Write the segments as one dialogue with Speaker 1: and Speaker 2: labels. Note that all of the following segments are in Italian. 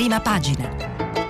Speaker 1: Prima pagina.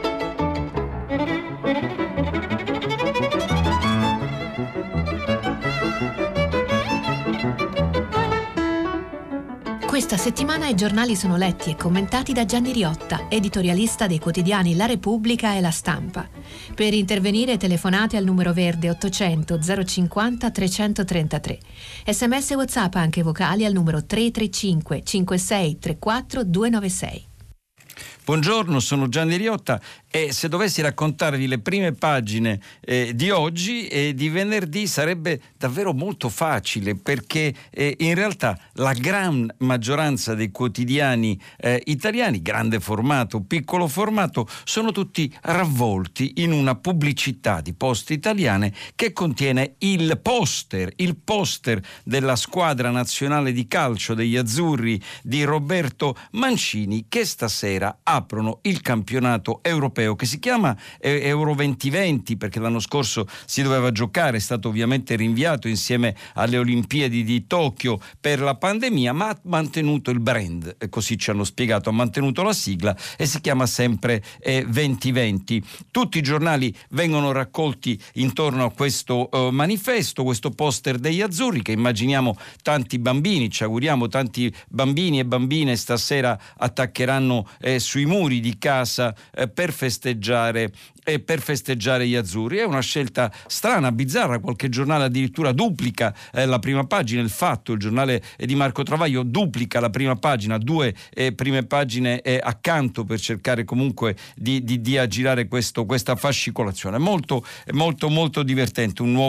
Speaker 1: Questa settimana i giornali sono letti e commentati da Gianni Riotta, editorialista dei quotidiani La Repubblica e La Stampa. Per intervenire telefonate al numero verde 800 050 333. SMS e WhatsApp anche vocali al numero 335 56 34 296.
Speaker 2: Buongiorno, sono Gianni Riotta e se dovessi raccontarvi le prime pagine di oggi e di venerdì sarebbe davvero molto facile, perché in realtà la gran maggioranza dei quotidiani italiani, grande formato, piccolo formato, sono tutti ravvolti in una pubblicità di Poste Italiane che contiene il poster della squadra nazionale di calcio degli azzurri di Roberto Mancini, che stasera aprono il campionato europeo che si chiama Euro 2020, perché l'anno scorso si doveva giocare, è stato ovviamente rinviato insieme alle Olimpiadi di Tokyo per la pandemia, ma ha mantenuto il brand, così ci hanno spiegato, ha mantenuto la sigla e si chiama sempre 2020. Tutti i giornali vengono raccolti intorno a questo manifesto, questo poster degli azzurri, che immaginiamo tanti bambini, ci auguriamo tanti bambini e bambine stasera attaccheranno sui muri di casa per festeggiare gli azzurri. È una scelta strana, bizzarra, qualche giornale addirittura duplica la prima pagina. Il Fatto, il giornale di Marco Travaglio, duplica la prima pagina, due prime pagine accanto, per cercare comunque di aggirare questa fascicolazione. Molto divertente, un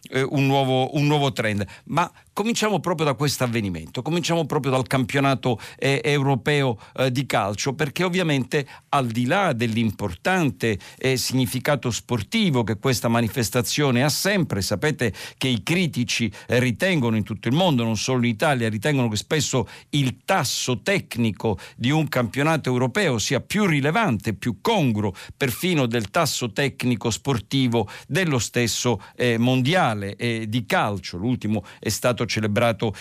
Speaker 2: nuovo trend. Ma cominciamo proprio da questo avvenimento, cominciamo proprio dal campionato europeo di calcio, perché ovviamente al di là dell'importante significato sportivo che questa manifestazione ha sempre, sapete che i critici ritengono in tutto il mondo, non solo in Italia, ritengono che spesso il tasso tecnico di un campionato europeo sia più rilevante, più congruo perfino del tasso tecnico sportivo dello stesso mondiale di calcio. L'ultimo è stato celebrato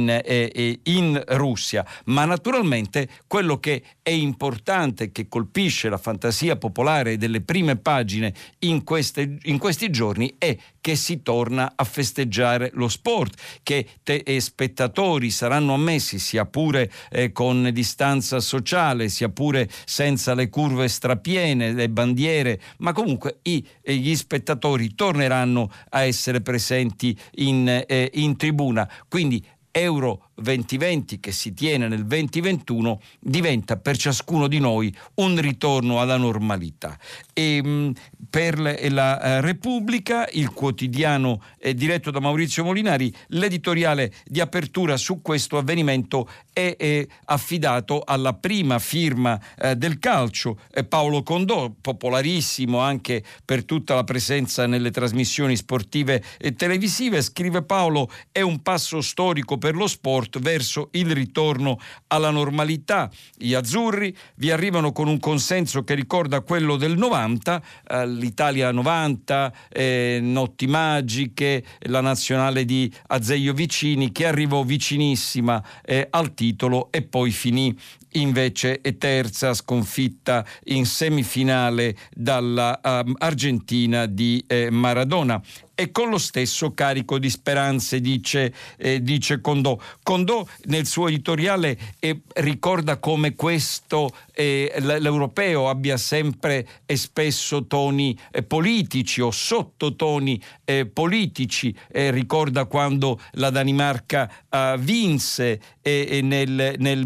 Speaker 2: in Russia, ma naturalmente quello che è importante, che colpisce la fantasia popolare delle prime pagine in questi giorni, è che si torna a festeggiare lo sport, che spettatori saranno ammessi, sia pure con distanza sociale, sia pure senza le curve strapiene, le bandiere, ma comunque gli spettatori torneranno a essere presenti in tribuna. Quindi Euro 2020, che si tiene nel 2021, diventa per ciascuno di noi un ritorno alla normalità. E per la Repubblica, il quotidiano diretto da Maurizio Molinari, l'editoriale di apertura su questo avvenimento è affidato alla prima firma del calcio, Paolo Condò, popolarissimo anche per tutta la presenza nelle trasmissioni sportive e televisive. Scrive Paolo: è un passo storico per lo sport verso il ritorno alla normalità. Gli azzurri vi arrivano con un consenso che ricorda quello del 90, l'Italia 90, notti magiche, la nazionale di Azeglio Vicini, che arrivò vicinissima al titolo e poi finì invece terza, sconfitta in semifinale dalla Argentina di Maradona. E con lo stesso carico di speranze, dice Condò. Condò nel suo editoriale ricorda come questo l'europeo abbia sempre espresso toni politici o sottotoni politici. Ricorda quando la Danimarca vinse nel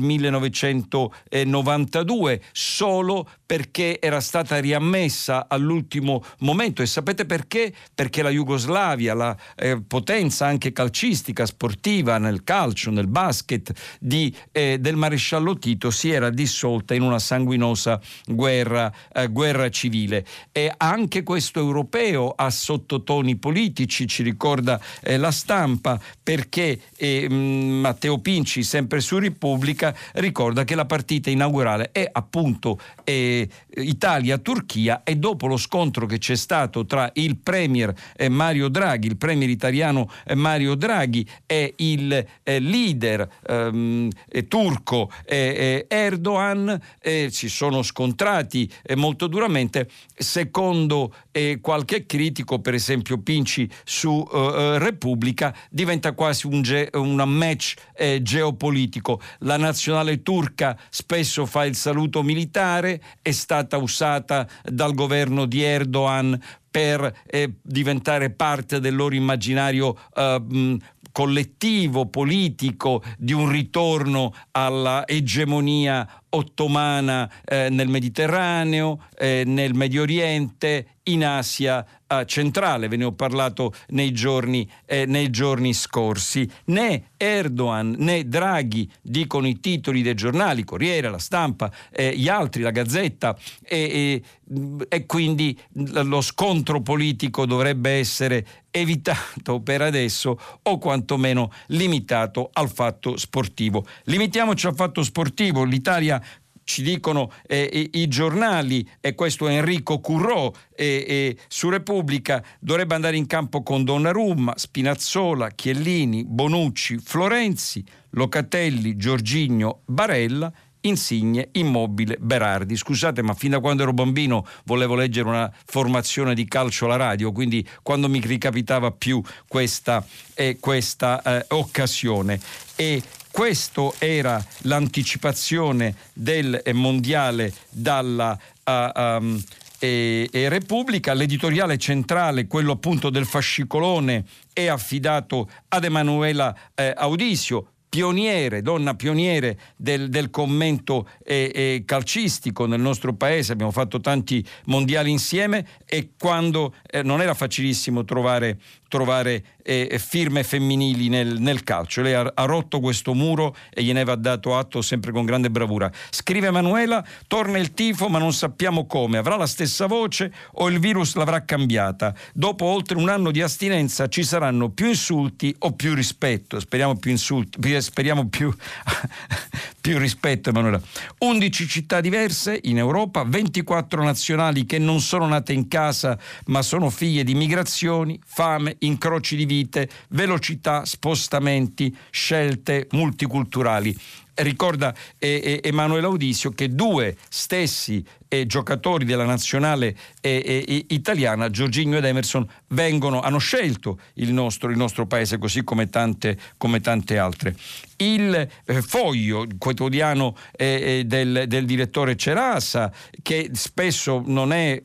Speaker 2: 1992 solo perché era stata riammessa all'ultimo momento. E sapete perché? Perché la Jugoslavia, la potenza anche calcistica, sportiva, nel calcio, nel basket del maresciallo Tito, si era dissolta in una sanguinosa guerra civile. E anche questo europeo ha sottotoni politici, ci ricorda La Stampa, perché Matteo Pinci sempre su Repubblica, ricorda che la partita inaugurale è appunto Italia-Turchia, e dopo lo scontro che c'è stato tra il premier Mario Draghi, il premier italiano Mario Draghi, e il leader turco Erdogan, si sono scontrati molto duramente. Secondo qualche critico, per esempio Pinci su Repubblica, diventa quasi un match geopolitico. La nazionale turca spesso fa il saluto militare, è stata usata dal governo di Erdogan per diventare parte del loro immaginario collettivo, politico, di un ritorno alla egemonia ottomana nel Mediterraneo, nel Medio Oriente, in Asia centrale. Ve ne ho parlato nei giorni scorsi. Né Erdogan né Draghi, dicono i titoli dei giornali, Corriere, La Stampa, gli altri, La Gazzetta, e quindi lo scontro politico dovrebbe essere evitato per adesso, o quantomeno limitato al fatto sportivo. Limitiamoci al fatto sportivo. L'Italia, ci dicono i giornali, e questo è Enrico Currò, su Repubblica, dovrebbe andare in campo con Donnarumma, Spinazzola, Chiellini, Bonucci, Florenzi, Locatelli, Jorginho, Barella, Insigne, Immobile, Berardi. Scusate, ma fin da quando ero bambino volevo leggere una formazione di calcio alla radio, quindi quando mi ricapitava più questa occasione. E questo era l'anticipazione del mondiale dalla Repubblica. L'editoriale centrale, quello appunto del fascicolone, è affidato ad Emanuela Audisio, donna pioniere del commento calcistico nel nostro paese. Abbiamo fatto tanti mondiali insieme, e quando non era facilissimo trovare firme femminili nel calcio. Lei ha rotto questo muro e gliene va dato atto sempre con grande bravura. Scrive Emanuela: torna il tifo, ma non sappiamo come. Avrà la stessa voce o il virus l'avrà cambiata? Dopo oltre un anno di astinenza ci saranno più insulti o più rispetto? Speriamo più insulti, speriamo più rispetto, Emanuela. 11 città diverse in Europa, 24 nazionali che non sono nate in casa ma sono figlie di migrazioni, fame, incroci di vite, velocità, spostamenti, scelte multiculturali. Ricorda Emanuele Audisio che due stessi giocatori della nazionale italiana, Jorginho ed Emerson, hanno scelto il nostro paese, così come tante altre. Il Foglio, il quotidiano del direttore Cerasa, che spesso non è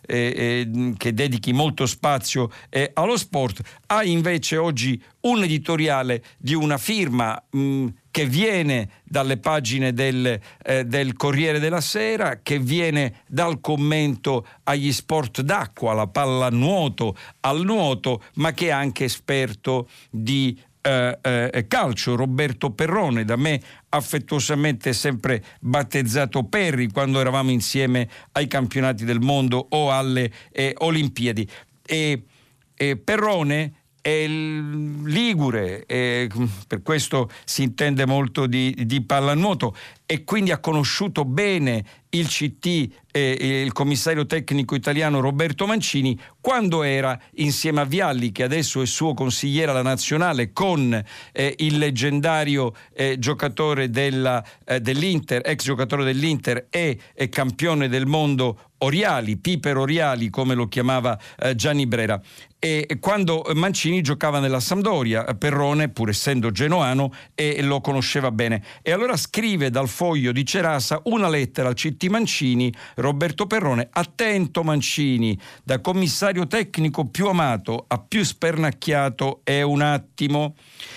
Speaker 2: che dedichi molto spazio allo sport, ha invece oggi un editoriale di una firma che viene dalle pagine del Corriere della Sera, che viene dal commento agli sport d'acqua, alla pallanuoto, al nuoto, ma che è anche esperto di calcio. Roberto Perrone, da me affettuosamente sempre battezzato Perri, quando eravamo insieme ai campionati del mondo o alle Olimpiadi. E Perrone è ligure, per questo si intende molto di pallanuoto, e quindi ha conosciuto bene il CT, il commissario tecnico italiano Roberto Mancini, quando era insieme a Vialli, che adesso è suo consigliere alla nazionale, con il leggendario giocatore dell'Inter, ex giocatore dell'Inter e campione del mondo Oriali, Piper Oriali, come lo chiamava Gianni Brera. E quando Mancini giocava nella Sampdoria, Perrone, pur essendo genoano, lo conosceva bene. E allora scrive dal Foglio di Cerasa una lettera al CT Mancini, Roberto Perrone: attento Mancini, da commissario tecnico più amato a più spernacchiato è un attimo.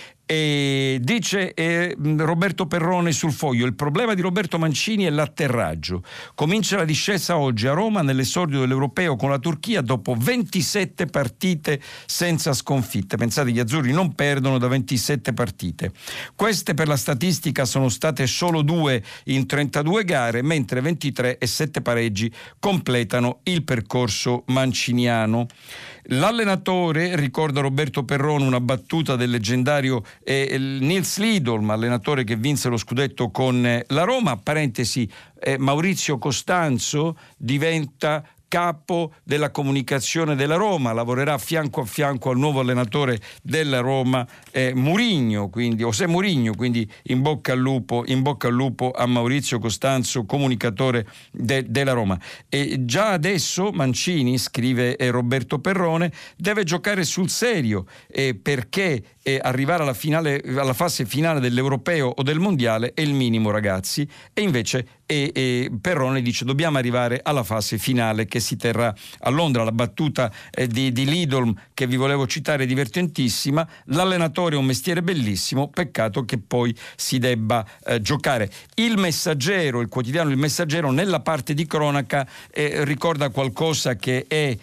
Speaker 2: E dice Roberto Perrone sul Foglio: il problema di Roberto Mancini è l'atterraggio. Comincia la discesa oggi a Roma nell'esordio dell'Europeo con la Turchia dopo 27 partite senza sconfitte. Pensate, gli azzurri non perdono da 27 partite. Queste per la statistica sono state solo 2 in 32 gare, mentre 23 e 7 pareggi completano il percorso manciniano. L'allenatore, ricorda Roberto Perrone una battuta del leggendario Nils Lidolm, allenatore che vinse lo scudetto con la Roma, parentesi, Maurizio Costanzo diventa capo della comunicazione della Roma, lavorerà fianco a fianco al nuovo allenatore della Roma, Mourinho, quindi José Mourinho, quindi in bocca al lupo a Maurizio Costanzo, comunicatore della Roma. E già adesso Mancini, scrive Roberto Perrone, deve giocare sul serio, perché arrivare alla fase finale dell'Europeo o del Mondiale è il minimo, ragazzi, e invece Perrone dice dobbiamo arrivare alla fase finale che si terrà a Londra. La battuta di Lidolm che vi volevo citare è divertentissima: l'allenatore è un mestiere bellissimo, peccato che poi si debba giocare. Il Messaggero, il quotidiano Il Messaggero, nella parte di cronaca ricorda qualcosa che è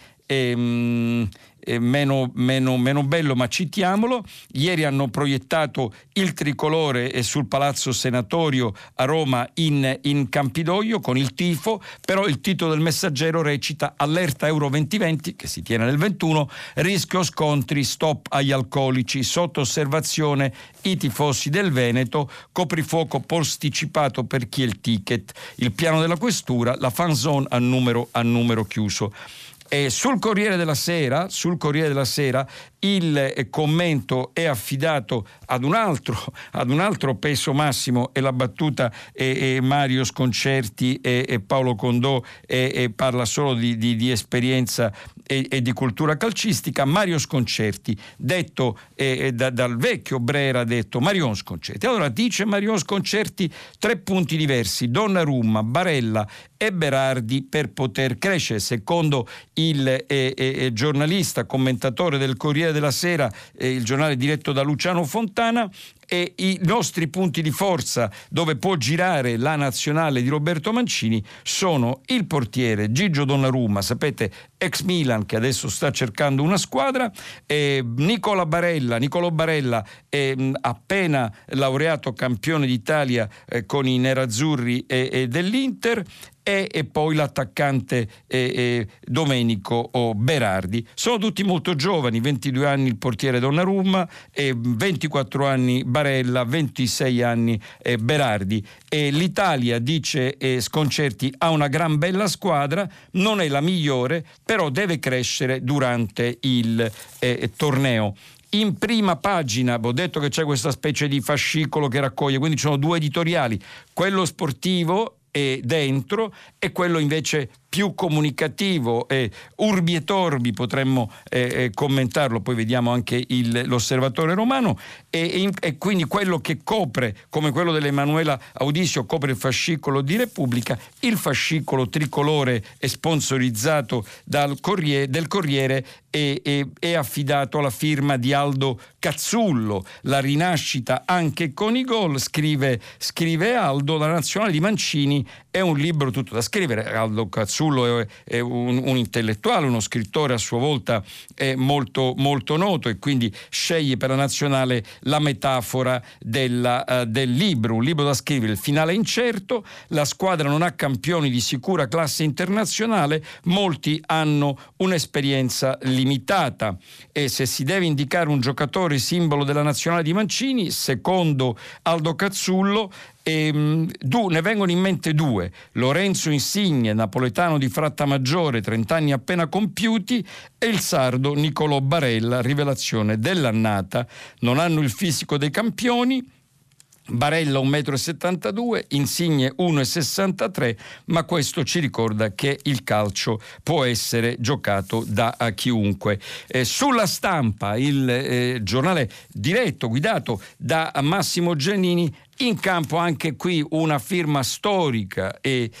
Speaker 2: meno bello, ma citiamolo. Ieri hanno proiettato il tricolore sul Palazzo Senatorio a Roma in Campidoglio con il tifo, però il titolo del Messaggero recita: allerta Euro 2020, che si tiene nel 21, rischio scontri, stop agli alcolici, sotto osservazione i tifosi del Veneto, coprifuoco posticipato per chi ha il ticket, il piano della questura, la fan zone a numero chiuso. Sul Corriere della Sera il commento è affidato ad un altro peso massimo, e la battuta è Mario Sconcerti e Paolo Condò, e parla solo di esperienza e di cultura calcistica. Mario Sconcerti, detto dal vecchio Brera, detto Marion Sconcerti. Allora dice Marion Sconcerti 3 punti diversi: Donnarumma, Barella e Berardi per poter crescere. Secondo il giornalista, commentatore del Corriere della Sera, il giornale diretto da Luciano Fontana, e i nostri punti di forza dove può girare la nazionale di Roberto Mancini sono il portiere Gigio Donnarumma, sapete, ex Milan, che adesso sta cercando una squadra, Nicolò Barella, appena laureato campione d'Italia con i nerazzurri dell'Inter, e poi l'attaccante Domenico Berardi. Sono tutti molto giovani, 22 anni il portiere Donnarumma, 24 anni Barella, 26 anni Berardi. L'Italia, dice Sconcerti, ha una gran bella squadra, non è la migliore, però deve crescere durante il torneo. In prima pagina, ho detto che c'è questa specie di fascicolo che raccoglie, quindi ci sono 2 editoriali, quello sportivo dentro e quello invece più comunicativo, urbi e torbi potremmo commentarlo, poi vediamo anche l'Osservatore Romano, e quindi quello che copre, come quello dell'Emanuela Audisio, copre il fascicolo di Repubblica. Il fascicolo tricolore è sponsorizzato del Corriere, è affidato alla firma di Aldo Cazzullo. La rinascita anche con i gol, scrive Aldo. La nazionale di Mancini è un libro tutto da scrivere. Aldo Cazzullo è un intellettuale, uno scrittore a sua volta molto, molto noto, e quindi sceglie per la nazionale la metafora del libro, un libro da scrivere. Il finale è incerto, la squadra non ha campioni di sicura classe internazionale, molti hanno un'esperienza limitata, e se si deve indicare un giocatore simbolo della nazionale di Mancini, secondo Aldo Cazzullo, ne vengono in mente 2: Lorenzo Insigne, napoletano di Frattamaggiore, 30 anni appena compiuti, e il sardo Nicolò Barella, rivelazione dell'annata. Non hanno il fisico dei campioni, Barella 1,72 m, Insigne 1,63 m, ma questo ci ricorda che il calcio può essere giocato da chiunque. Sulla Stampa, il giornale diretto, guidato da Massimo Giannini, in campo anche qui una firma storica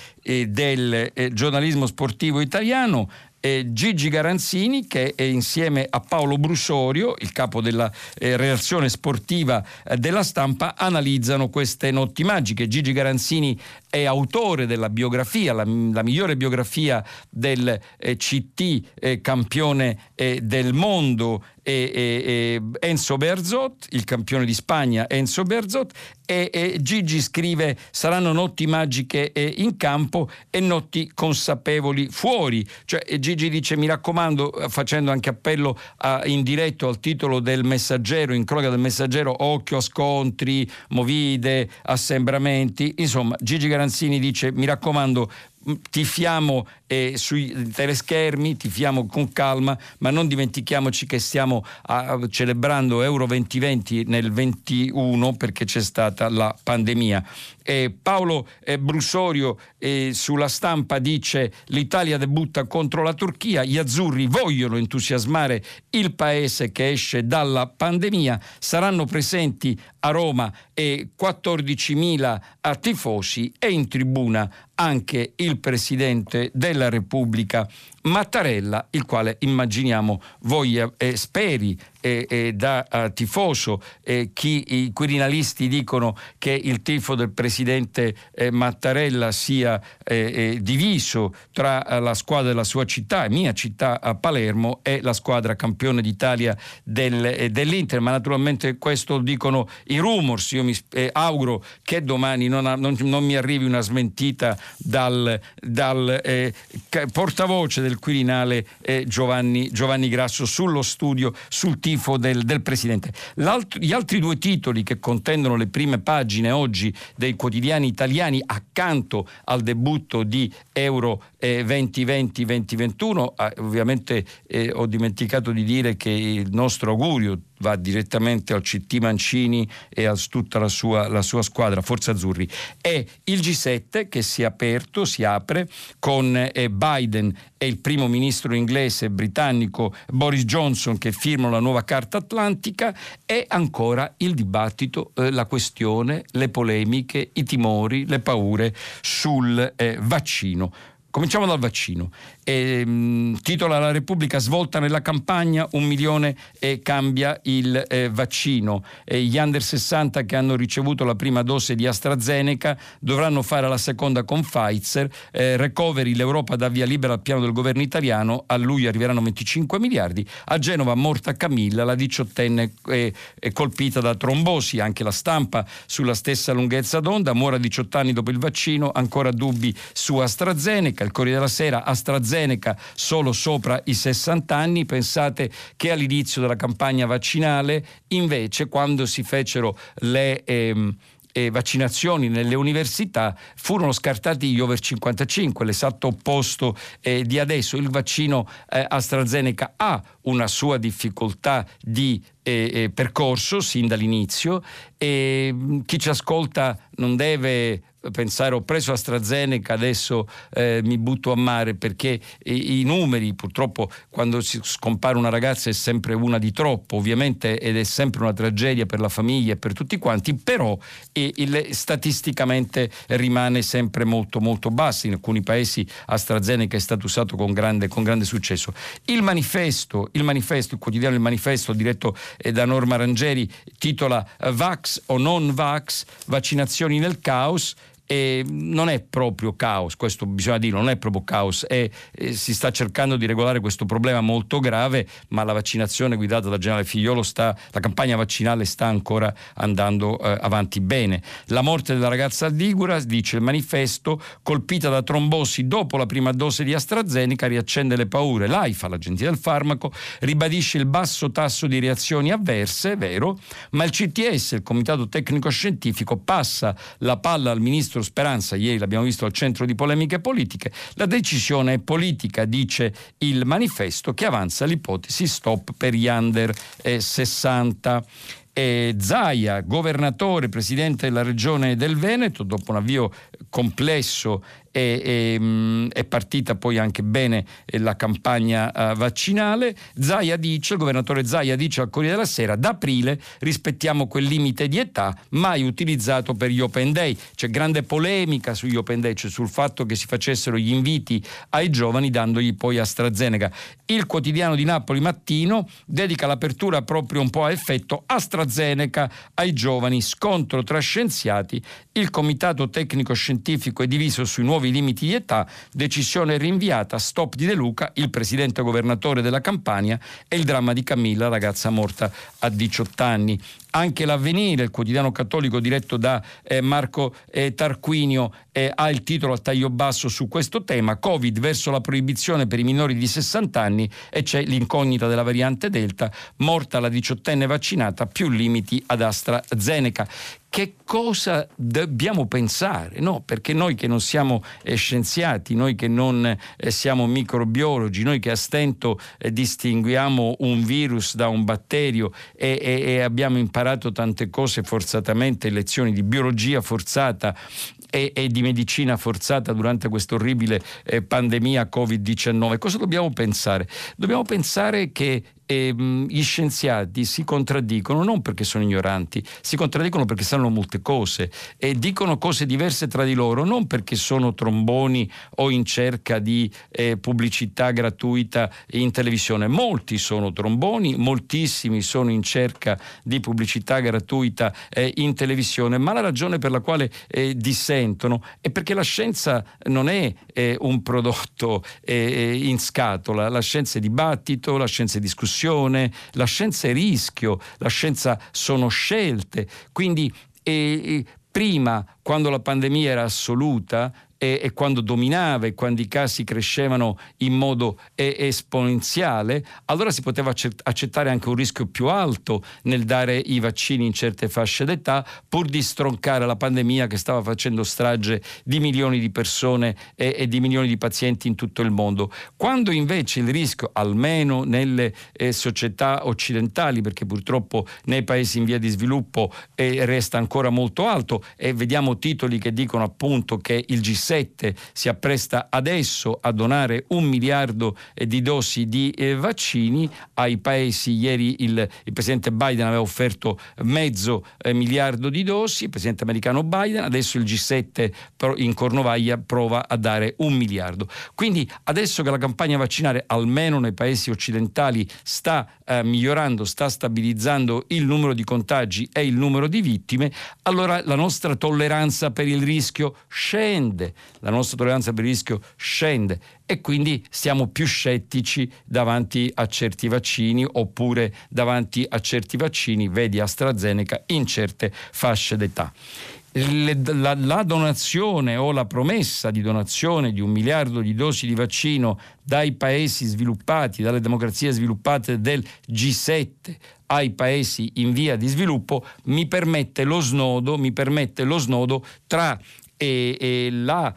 Speaker 2: del giornalismo sportivo italiano, Gigi Garanzini, che è insieme a Paolo Brusorio, il capo della redazione sportiva della Stampa, analizzano queste notti magiche. Gigi Garanzini è autore della biografia, la migliore biografia del CT campione del mondo Enzo Bearzot, il campione di Spagna Enzo Bearzot, e Gigi scrive: saranno notti magiche in campo e notti consapevoli fuori. Cioè Gigi dice: mi raccomando, facendo anche appello in diretto al titolo del Messaggero, in cronaca del Messaggero, occhio a scontri, movide, assembramenti. Insomma, Gigi Garanzini dice: mi raccomando, tifiamo sui teleschermi, tifiamo con calma, ma non dimentichiamoci che stiamo celebrando Euro 2020 nel 21 perché c'è stata la pandemia. Paolo Brusorio sulla Stampa dice: l'Italia debutta contro la Turchia, gli azzurri vogliono entusiasmare il paese che esce dalla pandemia, saranno presenti a Roma 14.000 tifosi e in tribuna anche il Presidente della Repubblica Mattarella, il quale immaginiamo voglia speri da tifoso. I quirinalisti dicono che il tifo del Presidente Mattarella sia diviso tra la squadra della sua città, mia città a Palermo, e la squadra campione d'Italia dell'Inter, ma naturalmente questo dicono i rumors. Io mi auguro che domani non mi arrivi una smentita dal portavoce del Quirinale Giovanni Grasso sullo studio, sul tifo del Presidente. Gli altri due titoli che contendono le prime pagine oggi dei quotidiani italiani, accanto al debutto di Euro 2020-2021, ovviamente ho dimenticato di dire che il nostro augurio va direttamente al CT Mancini e a tutta la sua squadra Forza Azzurri. È il G7 che si apre con Biden e il primo ministro inglese britannico Boris Johnson che firmano la nuova Carta Atlantica, e ancora il dibattito, la questione, le polemiche, i timori, le paure sul vaccino. Cominciamo dal vaccino. Titola la Repubblica: svolta nella campagna, 1 milione cambia il vaccino. Gli under 60 che hanno ricevuto la prima dose di AstraZeneca dovranno fare la seconda con Pfizer. Recovery, l'Europa dà via libera al piano del governo italiano, a luglio arriveranno 25 miliardi. A Genova morta Camilla, la 18enne è colpita da trombosi. Anche la Stampa sulla stessa lunghezza d'onda: muore a 18 anni dopo il vaccino, ancora dubbi su AstraZeneca. Il Corriere della Sera: AstraZeneca solo sopra i 60 anni. Pensate che all'inizio della campagna vaccinale, invece, quando si fecero le vaccinazioni nelle università, furono scartati gli over 55, l'esatto opposto di adesso. Il vaccino AstraZeneca ha una sua difficoltà di percorso sin dall'inizio, e chi ci ascolta non deve pensare: ho preso AstraZeneca, adesso mi butto a mare, perché i numeri, purtroppo, quando si scompare una ragazza è sempre una di troppo, ovviamente, ed è sempre una tragedia per la famiglia e per tutti quanti, però statisticamente rimane sempre molto molto basso. In alcuni paesi AstraZeneca è stato usato con grande successo. Il manifesto, il quotidiano Il Manifesto, diretto da Norma Rangeri, titola: Vax o non vax, vaccinazioni nel caos. E non è proprio caos, questo bisogna dire, non è proprio caos, si sta cercando di regolare questo problema molto grave, ma la vaccinazione guidata da Generale Figliolo la campagna vaccinale sta ancora andando avanti bene. La morte della ragazza ligura, dice il Manifesto, colpita da trombosi dopo la prima dose di AstraZeneca, riaccende le paure. L'AIFA, l'Agenzia del Farmaco, ribadisce il basso tasso di reazioni avverse, vero, ma il CTS, il Comitato Tecnico Scientifico, passa la palla al ministro Speranza. Ieri l'abbiamo visto al centro di polemiche politiche. La decisione è politica, dice il Manifesto, che avanza l'ipotesi stop per gli under 60. Zaia, governatore, presidente della regione del Veneto, dopo un avvio complesso è partita poi anche bene la campagna vaccinale. Il governatore Zaia dice al Corriere della Sera: da aprile rispettiamo quel limite di età mai utilizzato per gli Open Day. C'è grande polemica sugli Open Day, cioè sul fatto che si facessero gli inviti ai giovani dandogli poi AstraZeneca. Il quotidiano di Napoli Mattino dedica l'apertura proprio un po' a effetto AstraZeneca ai giovani, scontro tra scienziati, il comitato tecnico scientifico è diviso sui nuovi nuovi limiti di età, decisione rinviata, stop di De Luca, il presidente governatore della Campania e il dramma di Camilla, ragazza morta a 18 anni. Anche l'Avvenire, il quotidiano cattolico diretto da Marco Tarquinio, ha il titolo a taglio basso su questo tema: Covid verso la proibizione per i minori di 60 anni, e c'è l'incognita della variante Delta, morta la 18enne vaccinata, più limiti ad AstraZeneca. Che cosa dobbiamo pensare? No, perché noi che non siamo scienziati, noi che non siamo microbiologi, noi che a stento distinguiamo un virus da un batterio e abbiamo imparato tante cose forzatamente, lezioni di biologia forzata e di medicina forzata durante questa orribile pandemia Covid-19, cosa dobbiamo pensare? Dobbiamo pensare che gli scienziati si contraddicono non perché sono ignoranti, si contraddicono perché sanno molte cose e dicono cose diverse tra di loro, non perché sono tromboni o in cerca di pubblicità gratuita in televisione. Molti sono tromboni, moltissimi sono in cerca di pubblicità gratuita in televisione, ma la ragione per la quale dissentono è perché la scienza non è un prodotto in scatola, la scienza è dibattito, la scienza è discussione, la scienza è rischio, la scienza sono scelte. Quindi prima, quando la pandemia era assoluta e quando dominava e quando i casi crescevano in modo esponenziale, allora si poteva accettare anche un rischio più alto nel dare i vaccini in certe fasce d'età, pur di stroncare la pandemia che stava facendo strage di milioni di persone e di milioni di pazienti in tutto il mondo. Quando invece il rischio, almeno nelle società occidentali, perché purtroppo nei paesi in via di sviluppo resta ancora molto alto, e vediamo titoli che dicono appunto che il G7 si appresta adesso a donare 1 miliardo di dosi di vaccini ai paesi. Ieri il presidente Biden aveva offerto 0,5 miliardo di dosi, il presidente americano Biden, adesso il G7 in Cornovaglia prova a dare 1 miliardo. Quindi adesso che la campagna vaccinale, almeno nei paesi occidentali, sta migliorando, sta stabilizzando il numero di contagi e il numero di vittime, allora la nostra tolleranza per il rischio scende. La nostra tolleranza per il rischio scende e quindi siamo più scettici davanti a certi vaccini, oppure davanti a certi vaccini, vedi AstraZeneca, in certe fasce d'età. La donazione o la promessa di donazione di 1 miliardo di dosi di vaccino dai paesi sviluppati, dalle democrazie sviluppate del G7 ai paesi in via di sviluppo mi permette lo snodo tra la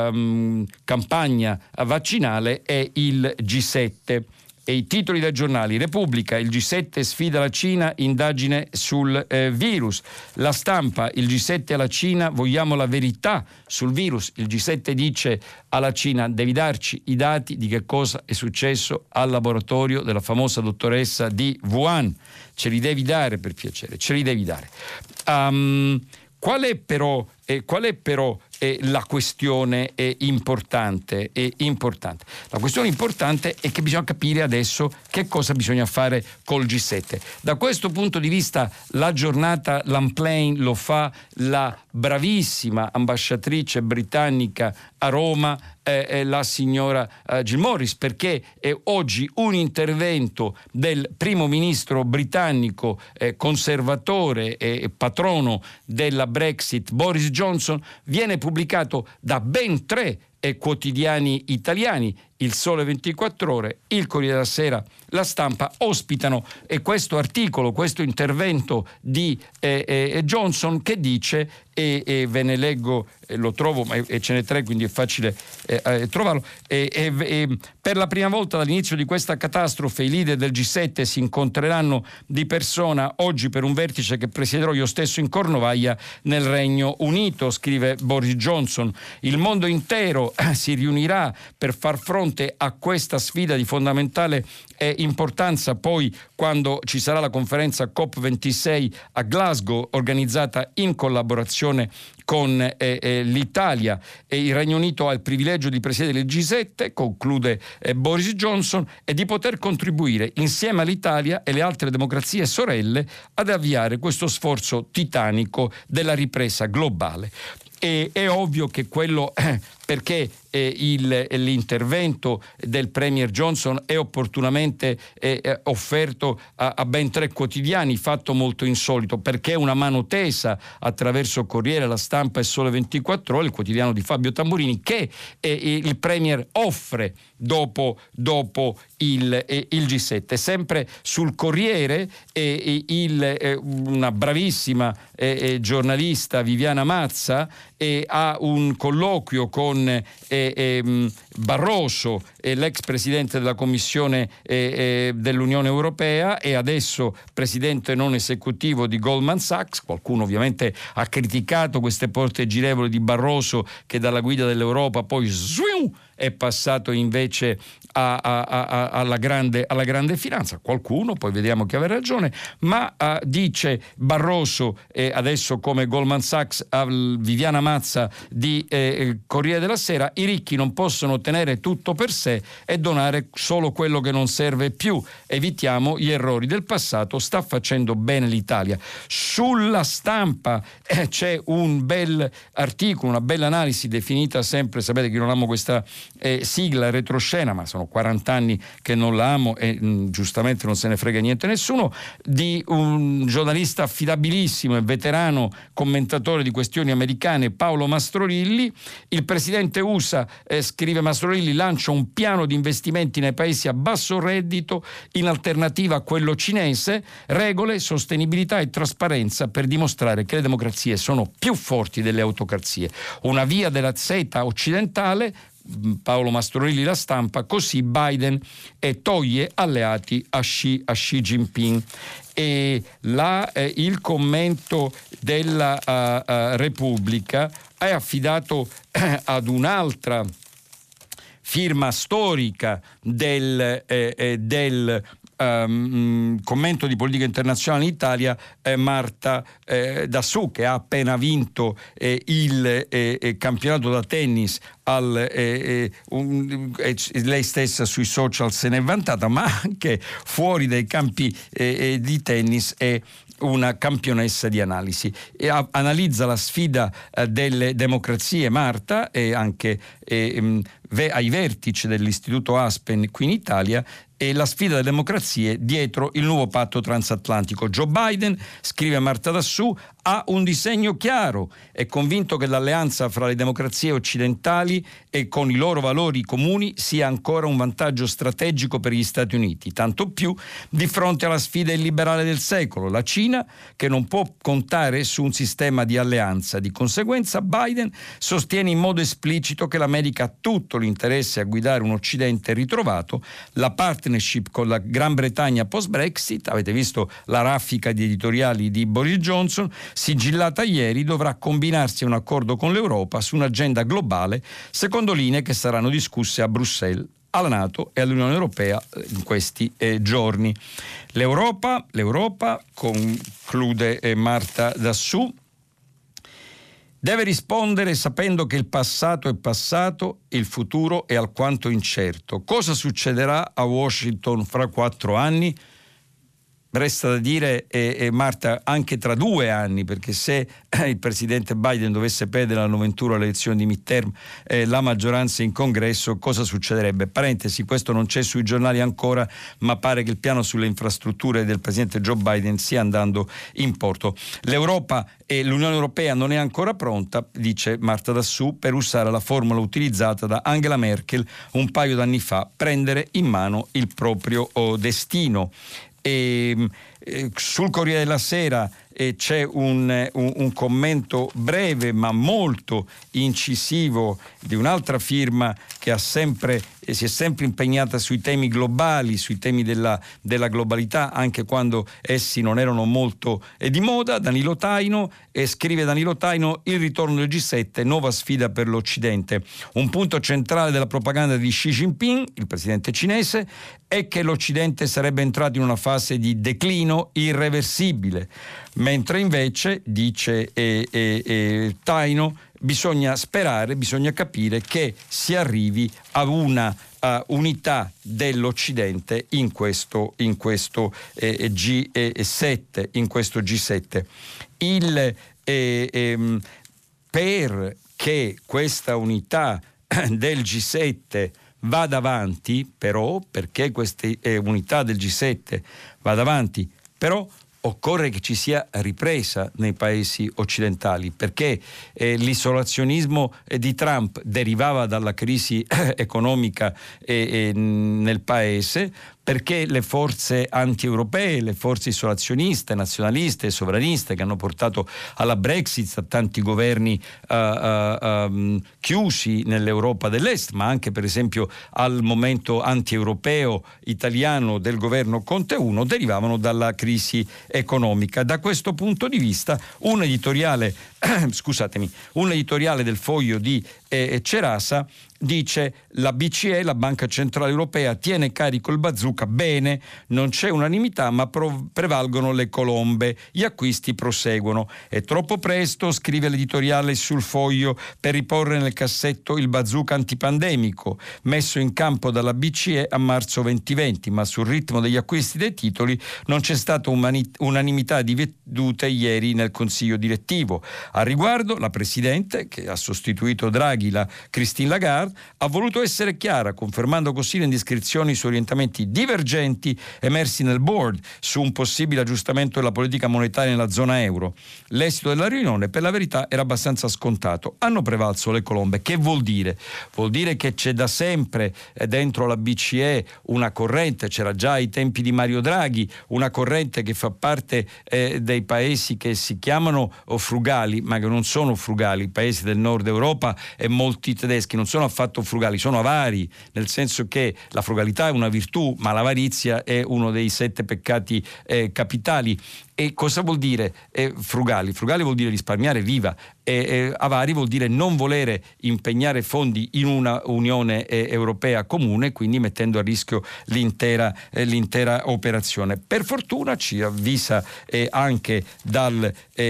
Speaker 2: campagna vaccinale e il G7. E i titoli dai giornali: Repubblica, il G7 sfida la Cina, indagine sul virus. La Stampa, il G7 alla Cina, vogliamo la verità sul virus. Il G7 dice alla Cina: devi darci i dati di che cosa è successo al laboratorio della famosa dottoressa di Wuhan. Ce li devi dare, per piacere, ce li devi dare. Qual è però la questione importante? La questione importante è che bisogna capire adesso che cosa bisogna fare col G7. Da questo punto di vista la giornata l'unplane lo fa la bravissima ambasciatrice britannica a Roma, la signora Jill Morris, perché oggi un intervento del primo ministro britannico conservatore e patrono della Brexit, Boris Johnson, viene pubblicato da ben 3 quotidiani italiani. Il Sole 24 Ore, il Corriere della Sera, La Stampa ospitano questo articolo, questo intervento di Johnson, che dice, ve ne leggo, lo trovo, ma ce n'è 3, quindi è facile trovarlo. Per la prima volta dall'inizio di questa catastrofe i leader del G7 si incontreranno di persona oggi per un vertice che presiederò io stesso in Cornovaglia nel Regno Unito, scrive Boris Johnson. Il mondo intero si riunirà per far fronte a questa sfida di fondamentale importanza poi quando ci sarà la conferenza COP26 a Glasgow, organizzata in collaborazione con l'Italia, e il Regno Unito ha il privilegio di presiedere il G7, conclude Boris Johnson, e di poter contribuire insieme all'Italia e le altre democrazie sorelle ad avviare questo sforzo titanico della ripresa globale. E è ovvio che quello perché l'intervento del Premier Johnson è opportunamente offerto a ben 3 quotidiani, fatto molto insolito, perché è una mano tesa attraverso Corriere, La Stampa e Sole 24 Ore, il quotidiano di Fabio Tamburini, che il Premier offre dopo il G7. Sempre sul Corriere una bravissima giornalista, Viviana Mazza, ha un colloquio con Barroso, l'ex presidente della Commissione dell'Unione Europea e adesso presidente non esecutivo di Goldman Sachs. Qualcuno ovviamente ha criticato queste porte girevoli di Barroso, che dalla guida dell'Europa poi è passato invece alla grande finanza. Qualcuno, poi vediamo che aveva ragione, ma dice Barroso, adesso come Goldman Sachs, a Viviana Mazza di Corriere della Sera: i ricchi non possono tenere tutto per sé e donare solo quello che non serve più. Evitiamo gli errori del passato, sta facendo bene l'Italia. Sulla Stampa c'è un bel articolo, una bella analisi definita sempre, sapete che io non amo questa sigla, retroscena, ma sono 40 anni che non la amo e giustamente non se ne frega niente nessuno, di un giornalista affidabilissimo e veterano commentatore di questioni americane, Paolo Mastrorilli. Il presidente USA, scrive Mastrorilli, lancia un piano di investimenti nei paesi a basso reddito in alternativa a quello cinese, regole, sostenibilità e trasparenza per dimostrare che le democrazie sono più forti delle autocrazie. Una via della seta occidentale, Paolo Mastrorilli, La Stampa, così Biden toglie alleati a Xi Jinping. E il commento della Repubblica è affidato ad un'altra firma storica del commento di politica internazionale in Italia, Marta Dassù, che ha appena vinto il campionato da tennis. Lei stessa sui social se n'è vantata, ma anche fuori dai campi di tennis è una campionessa di analisi. Analizza la sfida delle democrazie, Marta, e anche ai vertici dell'Istituto Aspen qui in Italia, e la sfida delle democrazie dietro il nuovo patto transatlantico. Joe Biden, scrive Marta Dassù, ha un disegno chiaro, è convinto che l'alleanza fra le democrazie occidentali e con i loro valori comuni sia ancora un vantaggio strategico per gli Stati Uniti, tanto più di fronte alla sfida illiberale del secolo, la Cina, che non può contare su un sistema di alleanza. Di conseguenza Biden sostiene in modo esplicito che l'America ha tutto l'interesse a guidare un Occidente ritrovato. La partnership con la Gran Bretagna post-Brexit, avete visto la raffica di editoriali di Boris Johnson, sigillata ieri, dovrà combinarsi a un accordo con l'Europa su un'agenda globale secondo linee che saranno discusse a Bruxelles, alla NATO e all'Unione Europea in questi giorni. L'Europa, conclude Marta Dassù, deve rispondere sapendo che il passato è passato, il futuro è alquanto incerto. Cosa succederà a Washington fra 4 anni? Resta da dire, Marta, anche tra 2 anni, perché se il presidente Biden dovesse perdere l'anno 21 alle elezioni di midterm la maggioranza in congresso, cosa succederebbe? Parentesi, questo non c'è sui giornali ancora, ma pare che il piano sulle infrastrutture del presidente Joe Biden stia andando in porto. L'Europa e l'Unione Europea non è ancora pronta, dice Marta Dassù, per usare la formula utilizzata da Angela Merkel un paio d'anni fa, prendere in mano il proprio destino. Sul Corriere della Sera c'è un commento breve ma molto incisivo di un'altra firma che si è sempre impegnata sui temi globali, sui temi della globalità, anche quando essi non erano molto di moda. Danilo Taino, scrive Danilo Taino: il ritorno del G7, nuova sfida per l'Occidente. Un punto centrale della propaganda di Xi Jinping, il presidente cinese, è che l'Occidente sarebbe entrato in una fase di declino destino irreversibile, mentre invece, dice Taino, bisogna sperare, bisogna capire che si arrivi a una unità dell'Occidente in questo G7, in questo G7. Perché questa unità del G7 vada avanti, però, perché questa unità del G7 vada avanti, però occorre che ci sia ripresa nei paesi occidentali, perché l'isolazionismo di Trump derivava dalla crisi economica nel paese, perché le forze anti-europee, le forze isolazioniste, nazionaliste e sovraniste che hanno portato alla Brexit, a tanti governi chiusi nell'Europa dell'Est, ma anche per esempio al momento anti-europeo italiano del governo Conte 1, derivavano dalla crisi economica. Da questo punto di vista un editoriale del Foglio di Cerasa dice: la BCE, la Banca Centrale Europea, tiene carico il bazooka, bene, non c'è unanimità ma prevalgono le colombe, gli acquisti proseguono. È troppo presto, scrive l'editoriale sul Foglio, per riporre nel cassetto il bazooka antipandemico messo in campo dalla BCE a marzo 2020, ma sul ritmo degli acquisti dei titoli non c'è stata unanimità di vedute ieri nel Consiglio direttivo. A riguardo la Presidente, che ha sostituito Draghi, la Christine Lagarde, ha voluto essere chiara, confermando così le indiscrezioni su orientamenti divergenti emersi nel board su un possibile aggiustamento della politica monetaria nella zona euro. L'esito della riunione, per la verità, era abbastanza scontato. Hanno prevalso le colombe. Che vuol dire? Vuol dire che c'è da sempre dentro la BCE una corrente, c'era già ai tempi di Mario Draghi, una corrente che fa parte dei paesi che si chiamano frugali, ma che non sono frugali. I paesi del nord Europa e molti tedeschi non sono affatto frugali, sono avari, nel senso che la frugalità è una virtù, ma l'avarizia è uno dei 7 peccati capitali. E cosa vuol dire frugali? Frugali vuol dire risparmiare, viva. Avari vuol dire non volere impegnare fondi in una Unione Europea comune, quindi mettendo a rischio l'intera operazione. Per fortuna ci avvisa anche dal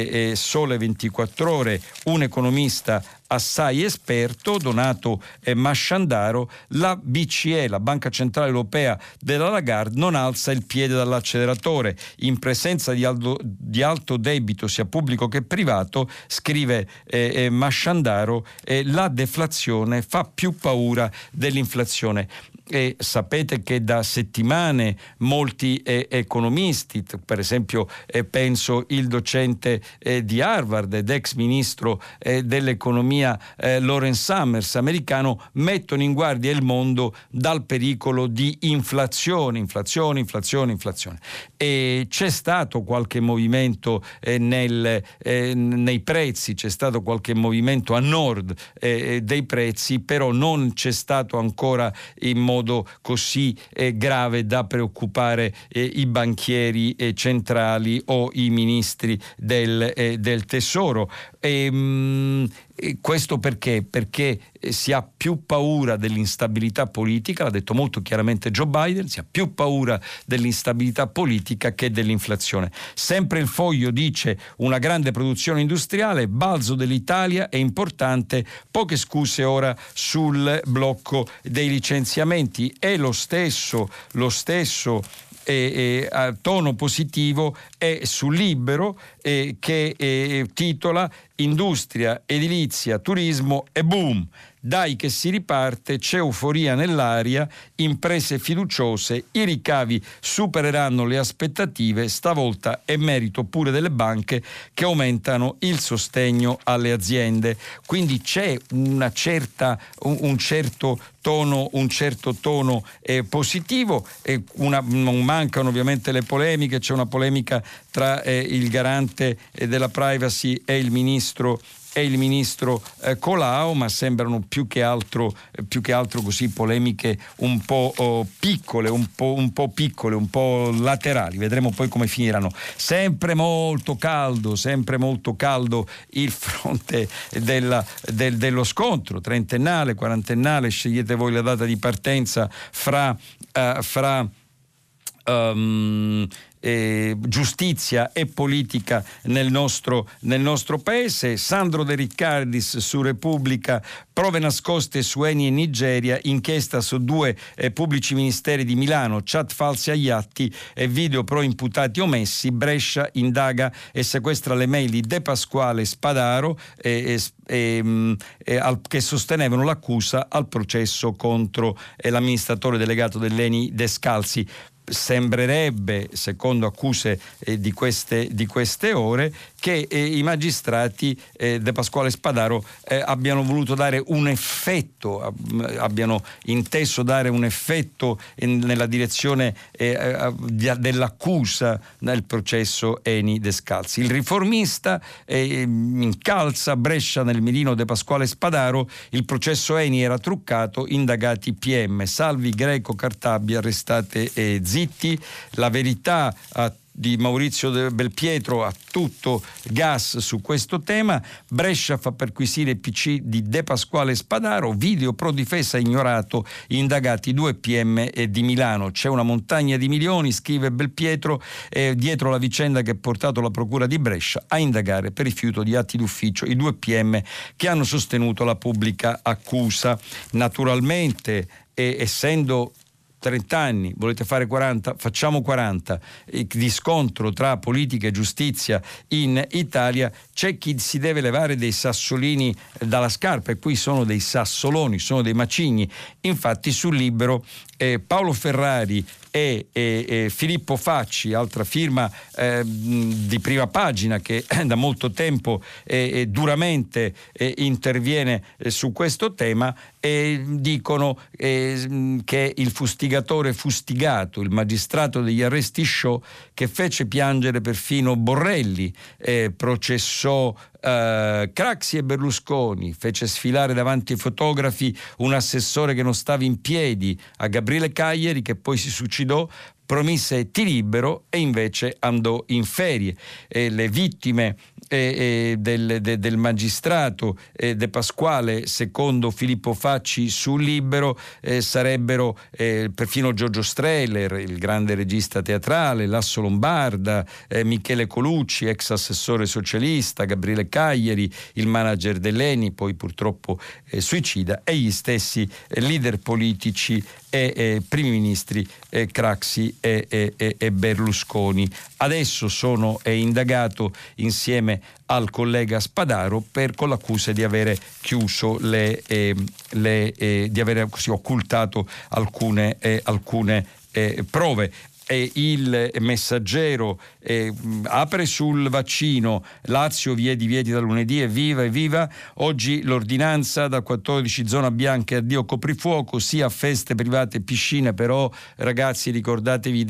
Speaker 2: Sole 24 Ore un economista assai esperto, Donato Masciandaro: la BCE, la Banca Centrale Europea della Lagarde, non alza il piede dall'acceleratore. In presenza di alto debito, sia pubblico che privato, scrive Masciandaro, la deflazione fa più paura dell'inflazione. E sapete che da settimane molti economisti, per esempio penso il docente di Harvard ed ex ministro dell'economia Lawrence Summers, americano, mettono in guardia il mondo dal pericolo di inflazione. E c'è stato qualche movimento nei prezzi, c'è stato qualche movimento a nord dei prezzi, però non c'è stato ancora in modo così grave da preoccupare i banchieri centrali o i ministri del Tesoro. Questo perché? Perché si ha più paura dell'instabilità politica, l'ha detto molto chiaramente Joe Biden, si ha più paura dell'instabilità politica che dell'inflazione. Sempre il Foglio dice: una grande produzione industriale, balzo dell'Italia è importante, poche scuse ora sul blocco dei licenziamenti. E lo stesso a tono positivo è sul Libero, che titola: industria, edilizia, turismo e boom. Dai che si riparte, c'è euforia nell'aria, imprese fiduciose, i ricavi supereranno le aspettative, stavolta è merito pure delle banche che aumentano il sostegno alle aziende. Quindi c'è un certo tono positivo, non mancano ovviamente le polemiche. C'è una polemica tra il garante della privacy e il ministro Colao, ma sembrano più che altro così polemiche un po' piccole, un po' laterali. Vedremo poi come finiranno. Sempre molto caldo il fronte dello scontro trentennale, quarantennale, scegliete voi la giustizia e politica nel nostro paese. Sandro De Riccardis su Repubblica: prove nascoste su Eni e Nigeria, inchiesta su 2 pubblici ministeri di Milano, chat false agli atti e video pro imputati omessi. Brescia indaga e sequestra le mail di De Pasquale e Spadaro che sostenevano l'accusa al processo contro l'amministratore delegato dell'Eni Descalzi. Sembrerebbe, secondo accuse di queste ore, che i magistrati De Pasquale e Spadaro abbiano voluto dare un effetto, abbiano inteso dare un effetto nella direzione dell'accusa nel processo Eni Descalzi. Il Riformista incalza: Brescia nel mirino De Pasquale e Spadaro, il processo Eni era truccato, indagati PM, Salvi, Greco, Cartabia, arrestate zitti. La Verità di Maurizio Belpietro a tutto gas su questo tema. Brescia fa perquisire il PC di De Pasquale e Spadaro, video pro difesa ignorato, indagati 2 PM di Milano. C'è una montagna di milioni, scrive Belpietro, dietro la vicenda che ha portato la procura di Brescia a indagare per rifiuto di atti d'ufficio i 2 PM che hanno sostenuto la pubblica accusa. Naturalmente, essendo 30 anni, volete fare 40? Facciamo 40. Di scontro tra politica e giustizia in Italia c'è chi si deve levare dei sassolini dalla scarpa, e qui sono dei sassoloni, sono dei macigni. Infatti sul Libero Paolo Ferrari e Filippo Facci, altra firma di prima pagina che da molto tempo duramente interviene su questo tema, dicono che il fustigatore fustigato, il magistrato degli arresti show che fece piangere perfino Borrelli, processò Craxi e Berlusconi, fece sfilare davanti ai fotografi un assessore che non stava in piedi, a Gabriele Cagliari, che poi si suicidò, promise ti libero e invece andò in ferie. Le vittime del magistrato De Pasquale, secondo Filippo Facci sul Libero, sarebbero perfino Giorgio Strehler, il grande regista teatrale, Lasso Lombarda, Michele Colucci, ex assessore socialista, Gabriele Cagliari, il manager dell'Eni, poi purtroppo suicida, e gli stessi leader politici e primi ministri Craxi e Berlusconi. Adesso è indagato insieme al collega Spadaro con l'accusa di avere chiuso di avere così occultato alcune prove. Il Messaggero apre sul vaccino: Lazio divieti da lunedì, evviva. Oggi l'ordinanza da 14 zona bianca, addio coprifuoco, sia feste private e piscine. Però ragazzi, ricordatevi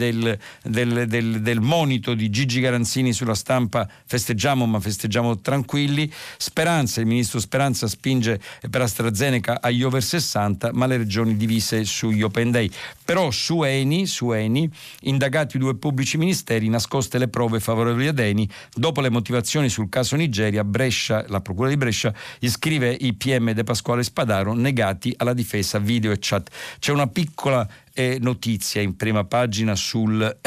Speaker 2: del monito di Gigi Garanzini sulla Stampa: festeggiamo, ma festeggiamo tranquilli. Il ministro Speranza spinge per AstraZeneca agli over 60, ma le regioni divise sugli open day. Però su Eni indagati 2 pubblici ministeri, nascoste le prove favorevoli ad Eni. Dopo le motivazioni sul caso Nigeria, la procura di Brescia iscrive i PM De Pasquale e Spadaro, negati alla difesa video e chat. C'è una piccola notizia in prima pagina sul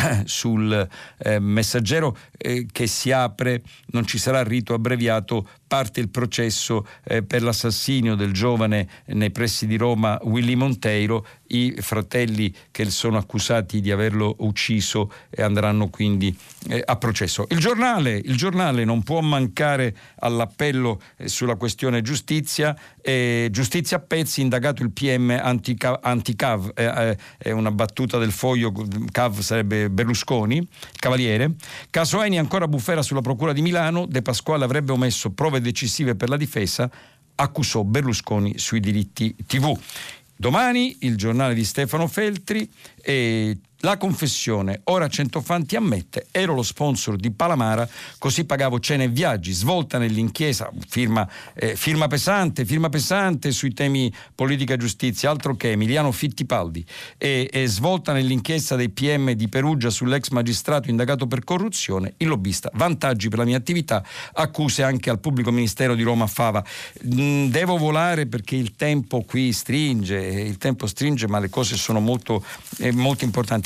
Speaker 2: Messaggero che si apre: non ci sarà rito abbreviato, parte il processo per l'assassinio del giovane nei pressi di Roma Willy Monteiro. I fratelli che sono accusati di averlo ucciso andranno quindi a processo. Il giornale non può mancare all'appello sulla questione giustizia. Giustizia a pezzi, indagato il PM anti-CAV, è una battuta del Foglio, CAV sarebbe Berlusconi, Cavaliere. Caso Eni, ancora bufera sulla procura di Milano, De Pasquale avrebbe omesso prove decisive per la difesa, accusò Berlusconi sui diritti TV. Domani il giornale di Stefano Feltri, la confessione, ora Centofanti ammette: ero lo sponsor di Palamara, così pagavo cene e viaggi. Svolta nell'inchiesta, firma pesante sui temi politica e giustizia, altro che Emiliano Fittipaldi. Svolta nell'inchiesta dei PM di Perugia sull'ex magistrato indagato per corruzione, il lobbista: vantaggi per la mia attività, accuse anche al pubblico ministero di Roma Fava. Devo volare perché il tempo qui stringe, ma le cose sono molto importanti.